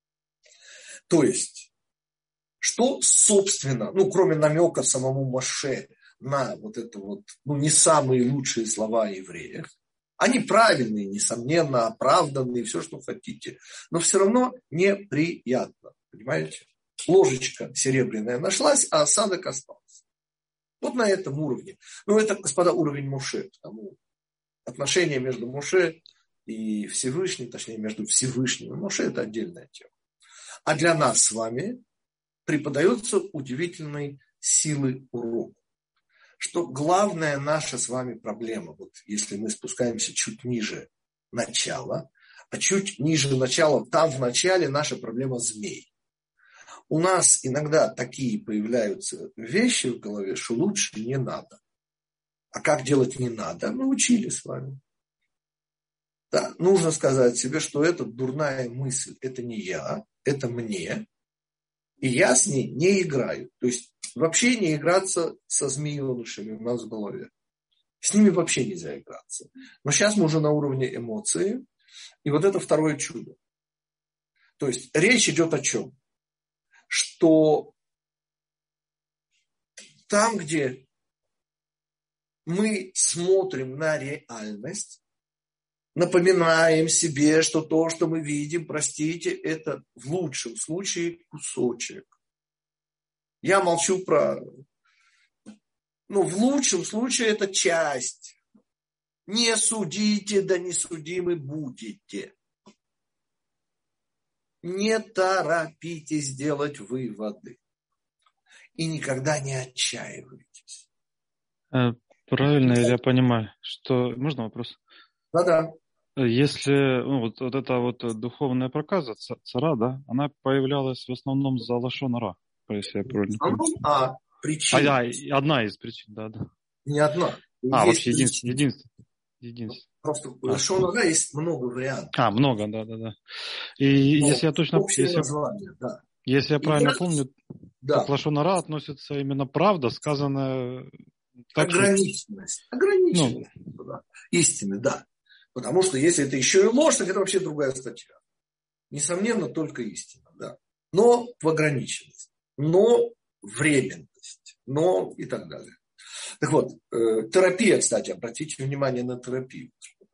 То есть, что, собственно, ну, кроме намека самому Моше на вот это вот, ну, не самые лучшие слова о евреях, они правильные, несомненно, оправданные, все, что хотите. Но все равно неприятно. Понимаете? Ложечка серебряная нашлась, а осадок остался. Вот на этом уровне. Ну, это, господа, уровень Моше. Потому отношения между Моше и Всевышним, точнее, между Всевышним и Моше, это отдельная тема. А для нас с вами преподается удивительной силы урок. Что главная наша с вами проблема, вот если мы спускаемся чуть ниже начала, а чуть ниже начала, там в начале наша проблема змей. У нас иногда такие появляются вещи в голове, что лучше не надо. А как делать не надо, мы учили с вами. Да, нужно сказать себе, что это дурная мысль, это не я, это мне, и я с ней не играю. То есть вообще не играться со змеенышами у нас в голове. С ними вообще нельзя играться. Но сейчас мы уже на уровне эмоций. И вот это второе чудо. То есть речь идет о чем? Что там, где мы смотрим на реальность, напоминаем себе, что то, что мы видим, простите, это в лучшем случае кусочек. Я молчу про... Ну, в лучшем случае это часть. Не судите, да не судимы будете. Не торопитесь делать выводы. И никогда не отчаивайтесь. Правильно ли я понимаю, что... Можно вопрос? Да-да. Если ну, вот, вот эта вот духовная проказа, цара, да, она появлялась в основном за лашон ара, если я правильно помню. А, причина. А, да, одна из причин, да, да. Не одна. А, есть вообще единственная. Единственная. Единственная. Просто у лашон ара есть много вариантов. А, много, да, да, да. И Но если я точно... Если, название, да. если я правильно я... помню, да. к лашон ара относится именно правда, сказанная... Так, ограниченность. Что... Ограниченность. Ну... Да. Истины, да. Потому что если это еще и ложь, так это вообще другая статья. Несомненно, только истина. Да. Но в ограниченность. Но временность. Но и так далее. Так вот, э, терапия, кстати, обратите внимание на терапию.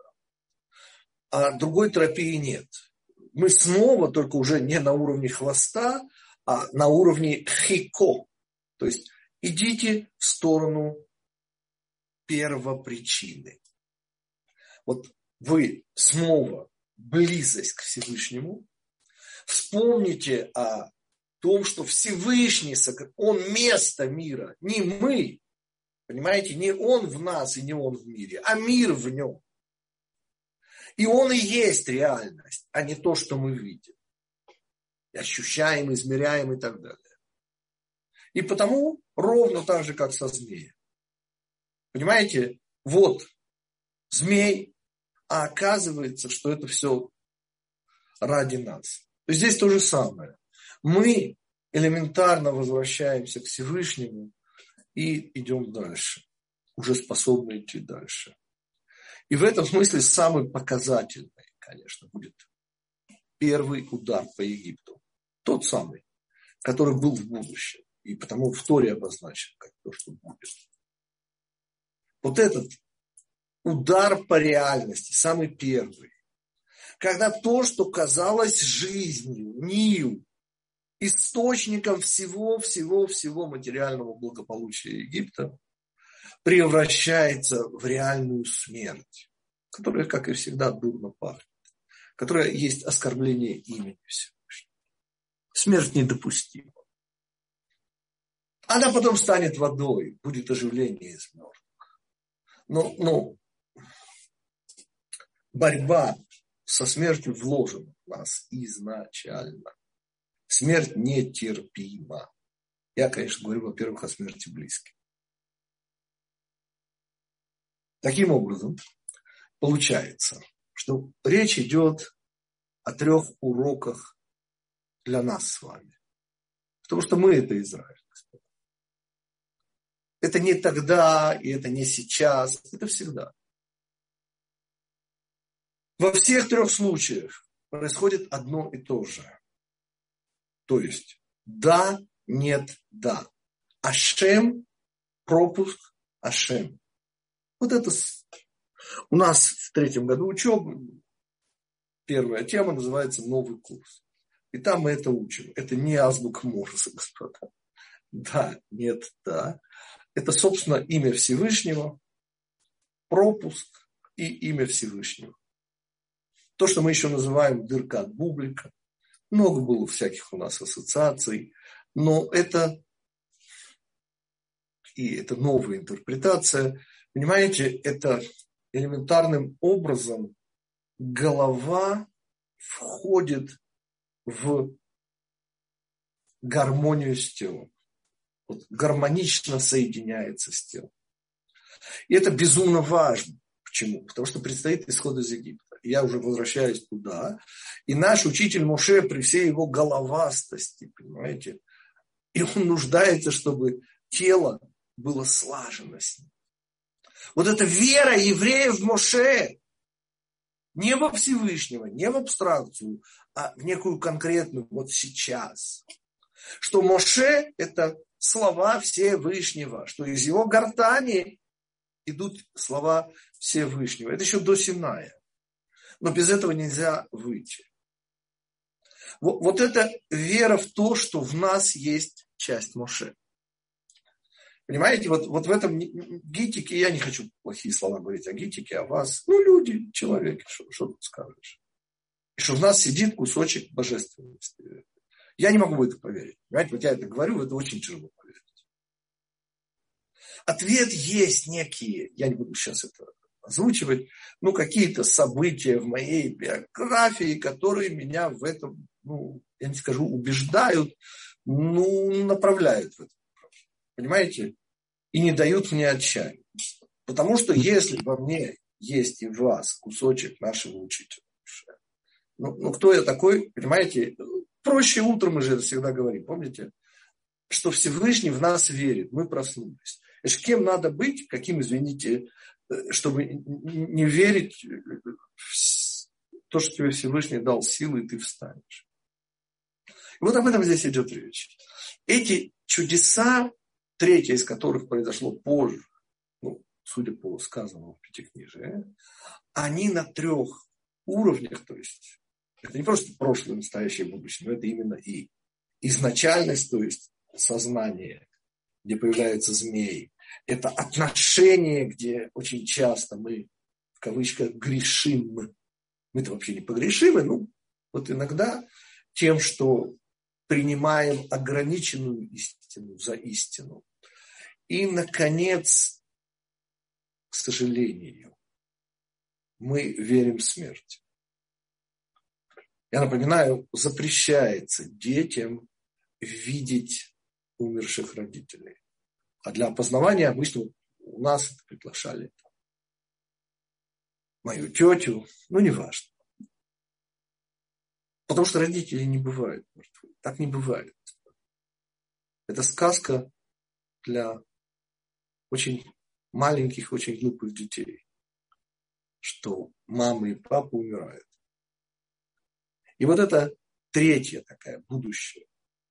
А другой терапии нет. Мы снова, только уже не на уровне хвоста, а на уровне хико. То есть идите в сторону первопричины. Вот вы снова близость к Всевышнему. Вспомните о том, что Всевышний, Он место мира, не мы. Понимаете, не Он в нас и не Он в мире, а мир в нем. И Он и есть реальность, а не то, что мы видим. Ощущаем, измеряем и так далее. И потому ровно так же, как со змеем. Понимаете? Вот змей, а оказывается, что это все ради нас. То есть здесь то же самое. Мы элементарно возвращаемся к Всевышнему и идем дальше. Уже способны идти дальше. И в этом смысле самый показательный, конечно, будет первый удар по Египту. Тот самый, который был в будущем. И потому в Торе обозначен как то, что будет. Вот этот удар по реальности, самый первый. Когда то, что казалось жизнью, Нил, источником всего-всего-всего материального благополучия Египта, превращается в реальную смерть, которая, как и всегда, дурно пахнет, которая есть оскорбление имени Всевышнего. Смерть недопустима. Она потом станет водой, будет оживление из мертвых. Но, но борьба со смертью вложена в нас изначально. Смерть нетерпима. Я, конечно, говорю, во-первых, о смерти близких. Таким образом, получается, что речь идет о трех уроках для нас с вами. Потому что мы – это Израиль. Это не тогда, и это не сейчас, это всегда. Во всех трех случаях происходит одно и то же. То есть, да, нет, да. Ашем, пропуск, Ашем. Вот это у нас в третьем году учебы. Первая тема называется «Новый курс». И там мы это учим. Это не азбука Морзе, господа. Да, нет, да. Это, собственно, имя Всевышнего, пропуск и имя Всевышнего. То, что мы еще называем дырка от бублика. Много было всяких у нас ассоциаций. Но это, и это новая интерпретация. Понимаете, это элементарным образом голова входит в гармонию с телом. Вот, гармонично соединяется с телом. И это безумно важно. Почему? Потому что предстоит исход из Египта. Я уже возвращаюсь туда. И наш учитель Моше при всей его головастости, понимаете, и он нуждается, чтобы тело было слажено с ним. Вот эта вера евреев в Моше, не во Всевышнего, не в абстракцию, а в некую конкретную, вот сейчас. Что Моше – это слова Всевышнего, что из его гортани идут слова Всевышнего. Это еще до Синая. Но без этого нельзя выйти. Вот, вот эта вера в то, что в нас есть часть Моше. Понимаете, вот, вот в этом гитике, я не хочу плохие слова говорить о гитике, о вас. Ну, люди, человек, что, что тут скажешь. И что в нас сидит кусочек божественности. Я не могу в это поверить. Понимаете, вот я это говорю, в это очень тяжело поверить. Ответ есть некие, я не буду сейчас это озвучивать, ну, какие-то события в моей биографии, которые меня в этом, ну, я не скажу, убеждают, ну, направляют в это. Понимаете? И не дают мне отчаяния. Потому что если во мне есть и в вас кусочек нашего учителя, ну, ну кто я такой, понимаете, проще утром, мы же это всегда говорим, помните, что Всевышний в нас верит, мы проснулись. Кем надо быть, каким, извините, чтобы не верить в то, что тебе Всевышний дал силы, и ты встанешь. И вот об этом здесь идет речь. Эти чудеса, третье из которых произошло позже, ну, судя по сказанному в Пятикнижии, они на трех уровнях, то есть это не просто прошлое, настоящее, будущее, но это именно и изначальность, то есть сознание, где появляются змеи. Это отношение, где очень часто мы, в кавычках, грешим. Мы-то вообще не погрешимы, ну, вот иногда тем, что принимаем ограниченную истину за истину. И, наконец, к сожалению, мы верим в смерть. Я напоминаю, запрещается детям видеть умерших родителей. А для опознавания обычно у нас приглашали мою тетю, ну, неважно. Потому что родители не бывают мертвы. Так не бывает. Это сказка для очень маленьких, очень глупых детей, что мама и папа умирают. И вот это третья такая будущее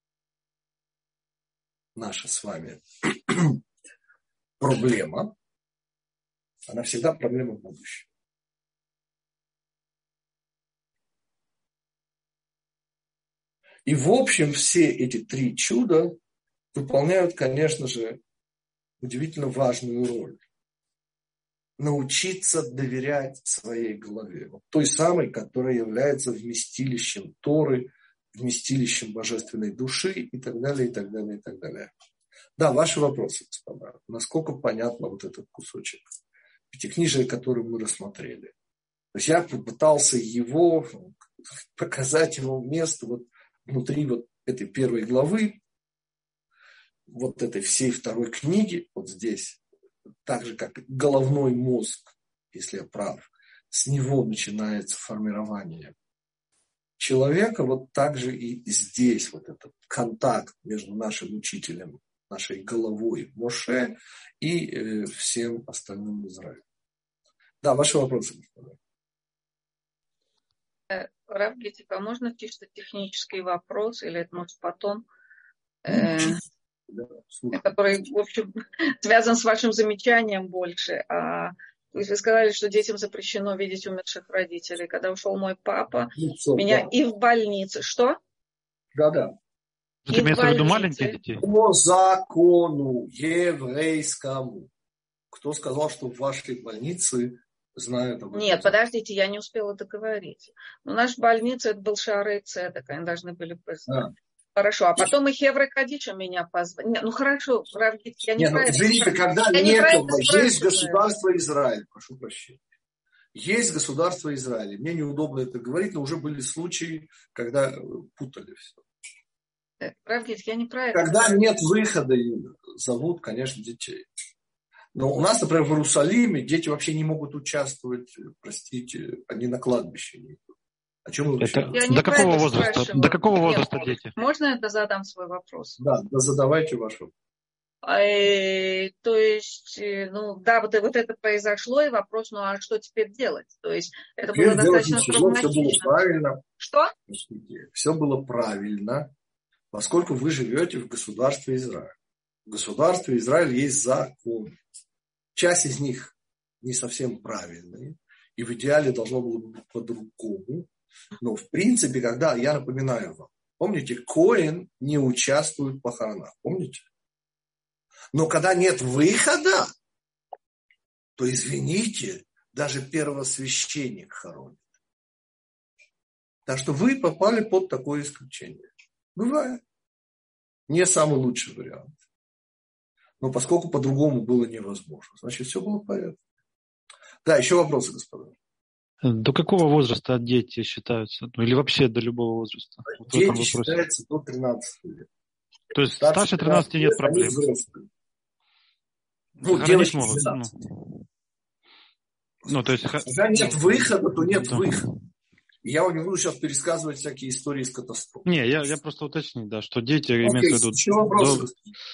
наша с вами проблема, она всегда проблема будущего. И в общем все эти три чуда выполняют, конечно же, удивительно важную роль. Научиться доверять своей голове. Вот той самой, которая является вместилищем Торы, вместилищем божественной души и так далее, и так далее, и так далее. Да, ваши вопросы, господа. Насколько понятно вот этот кусочек пятикнижия, который мы рассмотрели. То есть я попытался его, показать его место вот внутри вот этой первой главы, вот этой всей второй книги, вот здесь, так же, как головной мозг, если я прав, с него начинается формирование человека, вот так же и здесь вот этот контакт между нашим учителем, нашей головой Моше и э, всем остальным Израилем. Да, ваши вопросы, господа. Рав Гитик, а можно чисто технический вопрос, или это может потом, э, да, который, в общем, связан с вашим замечанием больше. А, то есть вы сказали, что детям запрещено видеть умерших родителей. Когда ушел мой папа, Лицо, меня да. и в больнице. Что? Да-да. Ты имеешь в виду маленьких детей? По закону еврейскому. Кто сказал, что в вашей больнице знают об этом? Нет, подождите, я не успела договорить. Но наша больница, это был Шаарей Цедек, они должны были познать. А. Хорошо, а потом и Хеврей Кадиша меня позвали. Ну хорошо, Рав Гитик, я не Нет, про ну, это извините, когда я некого, не есть государство Израиль, прошу прощения. Есть государство Израиль. Мне неудобно это говорить, но уже были случаи, когда путали все. Рав Гитик, я не про это. Когда нет выхода, зовут, конечно, детей. Но у нас, например, в Иерусалиме дети вообще не могут участвовать, простите, они на кладбище не идут. О чем вы вообще? Это... До какого возраста? До какого возраста Нет, дети? Можно я задам свой вопрос? Да, да, задавайте ваш вопрос. Э, то есть, ну да, вот, вот это произошло, и вопрос, ну а что теперь делать? То есть это теперь было достаточно травматично. Все было правильно. Что? Все было правильно, поскольку вы живете в государстве Израиль. В государстве Израиль есть закон. Часть из них не совсем правильные, и в идеале должно было быть по-другому. Но в принципе, когда, я напоминаю вам, помните, Коэн не участвует в похоронах, помните? Но когда нет выхода, то, извините, даже первосвященник хоронит. Так что вы попали под такое исключение. Бывает. Не самый лучший вариант. Но поскольку по-другому было невозможно, значит, все было в порядке. Да, еще вопросы, господа. До какого возраста дети считаются? Ну, или вообще до любого возраста? Вот дети считаются до тринадцати лет. То есть старше тринадцати нет проблем? Ну, девочки могут. Ну. ну, то есть... Когда нет выхода, то нет да. выхода. Я не буду сейчас пересказывать всякие истории из катастроф. Не, я, я просто уточню, да, что дети okay, имеют в виду... Еще вопросы?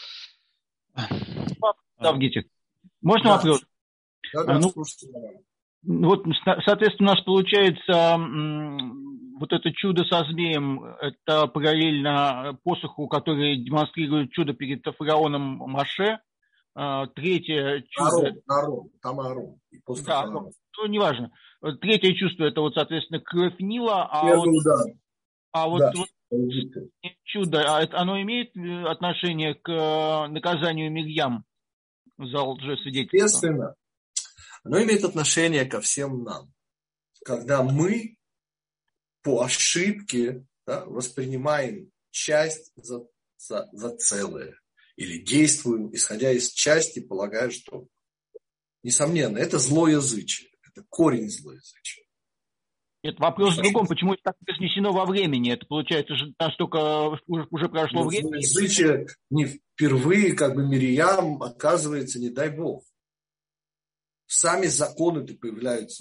Да, Можно да. вопрос? Да, да, ну, вот, соответственно, у нас получается вот это чудо со змеем, это параллельно посоху, который демонстрирует чудо перед фараоном Моше. Третье чудо... Арон, Арон, там Арон. Да, Арон. Ну, неважно. Третье чувство, это вот, соответственно, кровь Нила. А Первый вот, удар. А вот, да. вот чудо, оно имеет отношение к наказанию Мирьям за лжесвидетельство? Естественно. Оно имеет отношение ко всем нам. Когда мы по ошибке да, воспринимаем часть за, за, за целое. Или действуем, исходя из части, полагая, что, несомненно, это злоязычие. Это корень злоязычия. Это вопрос в другом. Почему это так разнесено во времени? Это, получается, настолько уже, уже прошло Но время. Язычие не впервые, как бы Мирьям, оказывается, не дай Бог. Сами законы-то появляются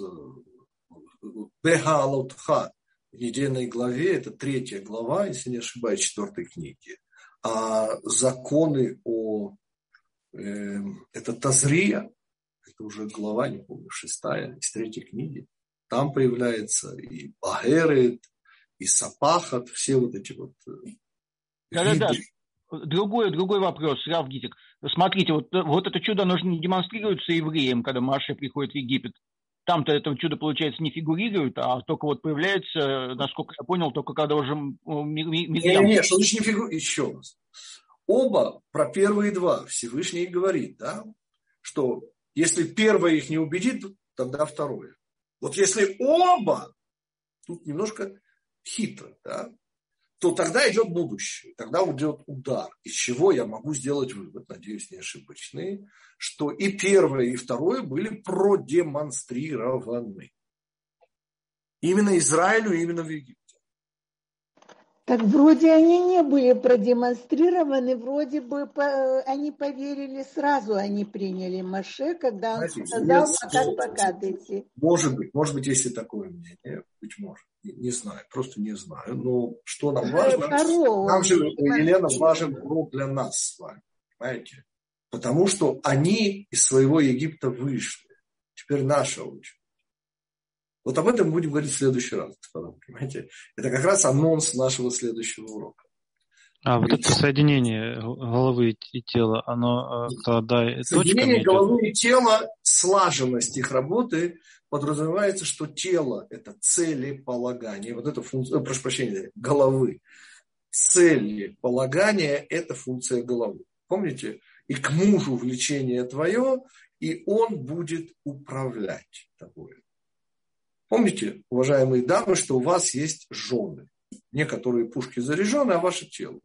Бехалотха в недельной главе, это третья глава, если не ошибаюсь, четвертой книги. А законы о... Э, это Тазрия, это уже глава, не помню, шестая, из третьей книги. Там появляется и Багерет, и Сапахат, все вот эти вот Да-да-да. виды. Другой, другой вопрос, Рав Гитик. Смотрите, вот, вот это чудо, оно же не демонстрируется евреям, когда Моше приходит в Египет. Там-то это чудо, получается, не фигурирует, а только вот появляется, насколько я понял, только когда уже Мирьям... Нет, что значит не фигурирует? Еще раз. Оба про первые два Всевышний говорит, да, что если первое их не убедит, тогда второе. Вот если оба, тут немножко хитро, да, то тогда идет будущее, тогда идет удар. Из чего я могу сделать вывод, надеюсь, не ошибочный, что и первое, и второе были продемонстрированы. Именно Израилю, именно в Египте. Так вроде они не были продемонстрированы, вроде бы по, они поверили сразу, они приняли Моше, когда он Знаете, сказал, пока покадайте. Может быть, может быть, есть и такое мнение, быть может, не, не знаю, просто не знаю, но что нам важно, Паро, нам же, Елена, важен урок для нас с вами, понимаете, потому что они из своего Египта вышли, теперь наша очередь. Вот об этом мы будем говорить в следующий раз, господа, понимаете? Это как раз анонс нашего следующего урока. А вот это соединение головы и тела, оно тогда соединение точками головы идет? и тела, слаженность их работы подразумевается, что тело – это целеполагание. Вот это функция, прошу прощения, головы. Целеполагание – это функция головы. Помните? И к мужу влечение твое, и он будет управлять тобой. Помните, уважаемые дамы, что у вас есть жены. Некоторые пушки заряжены, а ваше тело.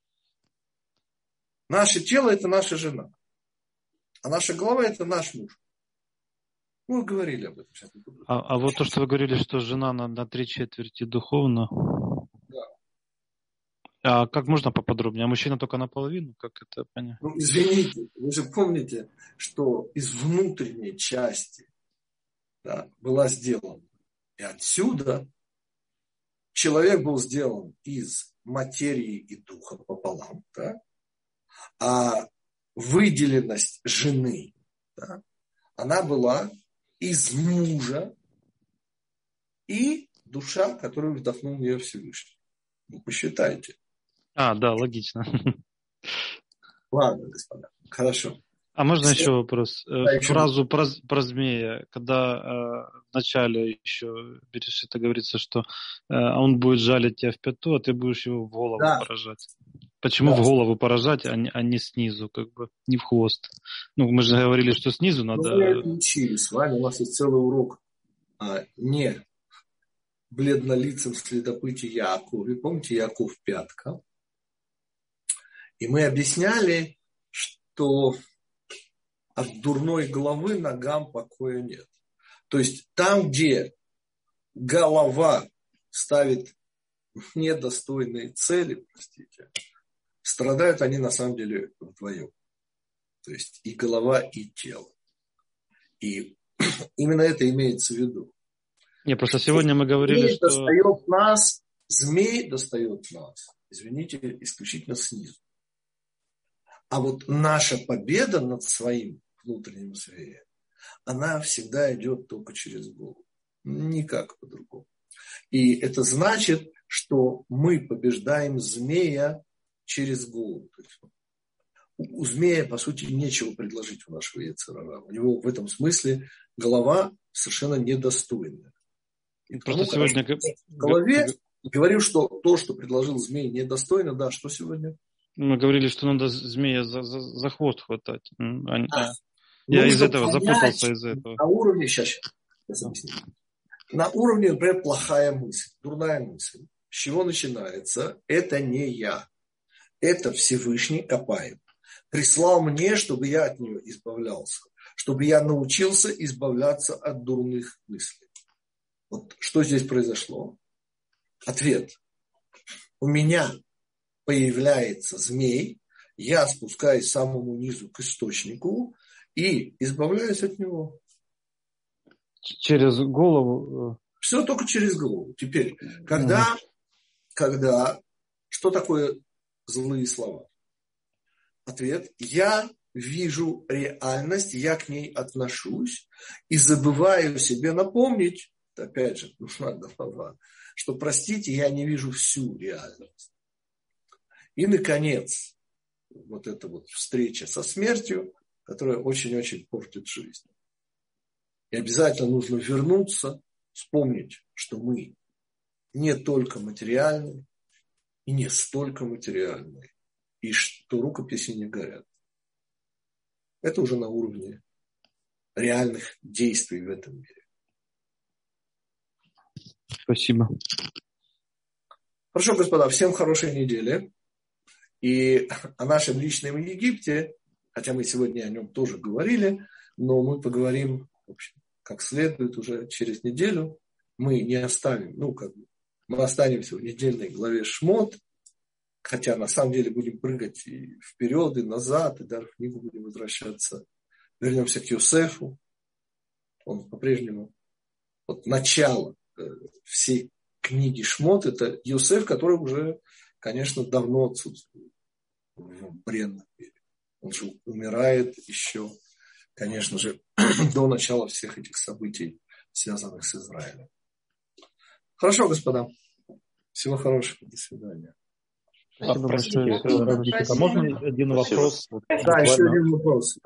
Наше тело – это наша жена. А наша голова – это наш муж. Мы говорили об этом. А, а вот то, что вы говорили, что жена на, на три четверти духовно. Да. А как можно поподробнее? А мужчина только наполовину? Как это понять? Ну, извините, вы же помните, что из внутренней части, да, была сделана. И отсюда человек был сделан из материи и духа пополам, да? А выделенность жены, да, она была из мужа и душа, которую вдохнул в нее Всевышний. Ну, посчитайте. А, да, логично. Ладно, господа, хорошо. А можно еще вопрос? Да, Фразу про, про змея, когда э, в начале еще Берешита говорится, что э, он будет жалить тебя в пяту, а ты будешь его в голову да. поражать. Почему да. в голову поражать, а не, а не снизу, как бы, не в хвост? Ну, мы же говорили, что снизу надо... Мы это учили с вами, у нас есть целый урок а, не бледнолицем следопыте Яакове. Помните, Яаков пятка? И мы объясняли, что от дурной головы ногам покоя нет. То есть там, где голова ставит недостойные цели, простите, страдают они на самом деле вдвоем. То есть и голова, и тело. И именно это имеется в виду. Не, просто сегодня мы говорили, змей что... достает нас, змей достает нас, извините, исключительно снизу. А вот наша победа над своим внутренним зверем, она всегда идет только через голову. Никак по-другому. И это значит, что мы побеждаем змея через голову. То есть у змея, по сути, нечего предложить у нашего Йецер ара. У него в этом смысле голова совершенно недостойная. И Просто потому, сегодня... В голове говорю, что то, что предложил змей, недостойно. Да, что сегодня? Мы говорили, что надо змея за, за, за хвост хватать. А, а, я из нужно этого понять, запутался из этого. На уровне, сейчас, сейчас, на уровне, например, плохая мысль, дурная мысль. С чего начинается? Это не я. Это Всевышний копает. Прислал мне, чтобы я от нее избавлялся. Чтобы я научился избавляться от дурных мыслей. Вот что здесь произошло? Ответ. У меня появляется змей, я спускаюсь к самому низу к источнику и избавляюсь от него. Через голову? Все только через голову. Теперь, когда, угу. когда, что такое злые слова? Ответ. Я вижу реальность, я к ней отношусь и забываю себе напомнить, опять же, нужна голова, что, простите, я не вижу всю реальность. И, наконец, вот эта вот встреча со смертью, которая очень-очень портит жизнь. И обязательно нужно вернуться, вспомнить, что мы не только материальны и не столько материальны, и что рукописи не горят. Это уже на уровне реальных действий в этом мире. Спасибо. Хорошо, господа, всем хорошей недели. И о нашем личном Египте, хотя мы сегодня о нем тоже говорили, но мы поговорим, в общем, как следует уже через неделю. Мы не оставим, ну, как бы, мы останемся в недельной главе Шмот, хотя на самом деле будем прыгать и вперед, и назад, и даже в книгу будем возвращаться. Вернемся к Йосефу. Он по-прежнему, вот начало всей книги Шмот, это Йосеф, который уже, конечно, давно отсутствует в бренном мире. Он же умирает еще, конечно же, до начала всех этих событий, связанных с Израилем. Хорошо, господа. Всего хорошего. До свидания. Спасибо большое. А можно один вопрос? Да, еще один вопрос.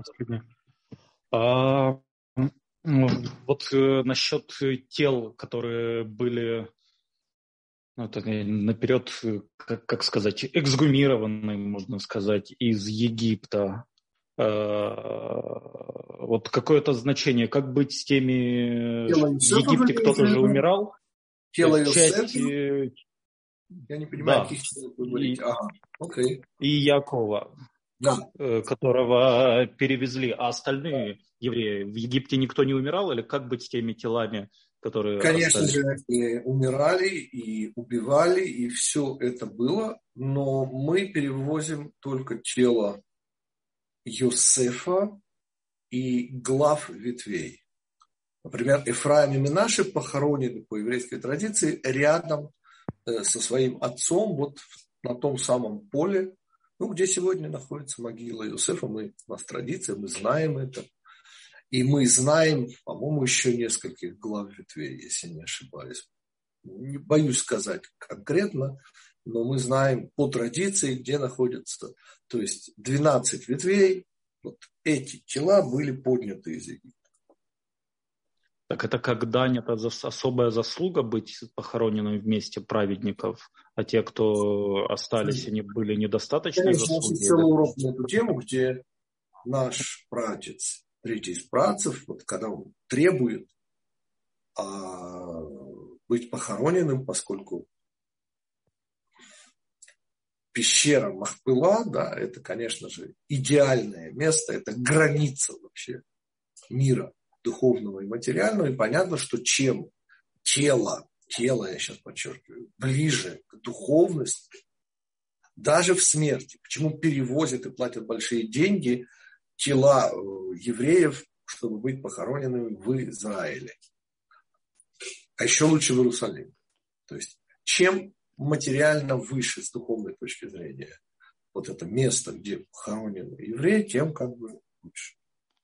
А, вот насчет тел, которые были вот, наперед, как, как сказать, эксгумированы, можно сказать, из Египта. Вот какое-то значение, как быть с теми... В Египте кто-то же умирал? Тело Йосефа? Часть... Я не понимаю, да. каких телах вы говорите. Ага, окей. И Якова, да. которого перевезли. А остальные евреи, в Египте никто не умирал? Или как быть с теми телами, которые Конечно остались? же, и умирали, и убивали, и все это было. Но мы перевозим только тело Йосефа и глав ветвей. Например, Эфраим и Менаше похоронены по еврейской традиции рядом со своим отцом, вот на том самом поле, ну, где сегодня находится могила Йосефа. Мы, у нас традиция, мы знаем это. И мы знаем, по-моему, еще нескольких глав ветвей, если не ошибаюсь. Не боюсь сказать конкретно, но мы знаем по традиции, где находятся. То есть двенадцать ветвей, вот эти тела были подняты из Египта. Так это как дань, это особая заслуга быть похороненным вместе праведников, а те, кто остались, они были недостаточно Конечно, заслуги? Конечно, целый урок на эту тему, где наш пратец, третий из працев, вот когда он требует а, быть похороненным, поскольку пещера Махпыла, да, это, конечно же, идеальное место, это граница вообще мира духовного и материального, и понятно, что чем тело, тело, я сейчас подчеркиваю, ближе к духовности, даже в смерти, почему перевозят и платят большие деньги тела евреев, чтобы быть похороненными в Израиле. А еще лучше в Иерусалиме. То есть, чем материально выше с духовной точки зрения вот это место, где похоронены евреи, тем как бы лучше.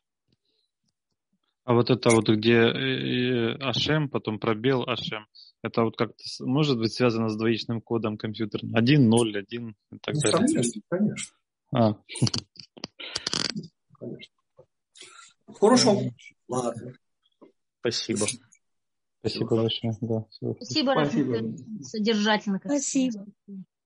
А вот это вот, где Ашем, потом пробел Ашем, это вот как-то может быть связано с двоичным кодом компьютерным? Один, ноль, один и так ну, далее. Конечно, конечно. А. Конечно. Хорошо. Ладно. Спасибо. Спасибо большое. Да, Спасибо, Спасибо. Содержательно. Спасибо.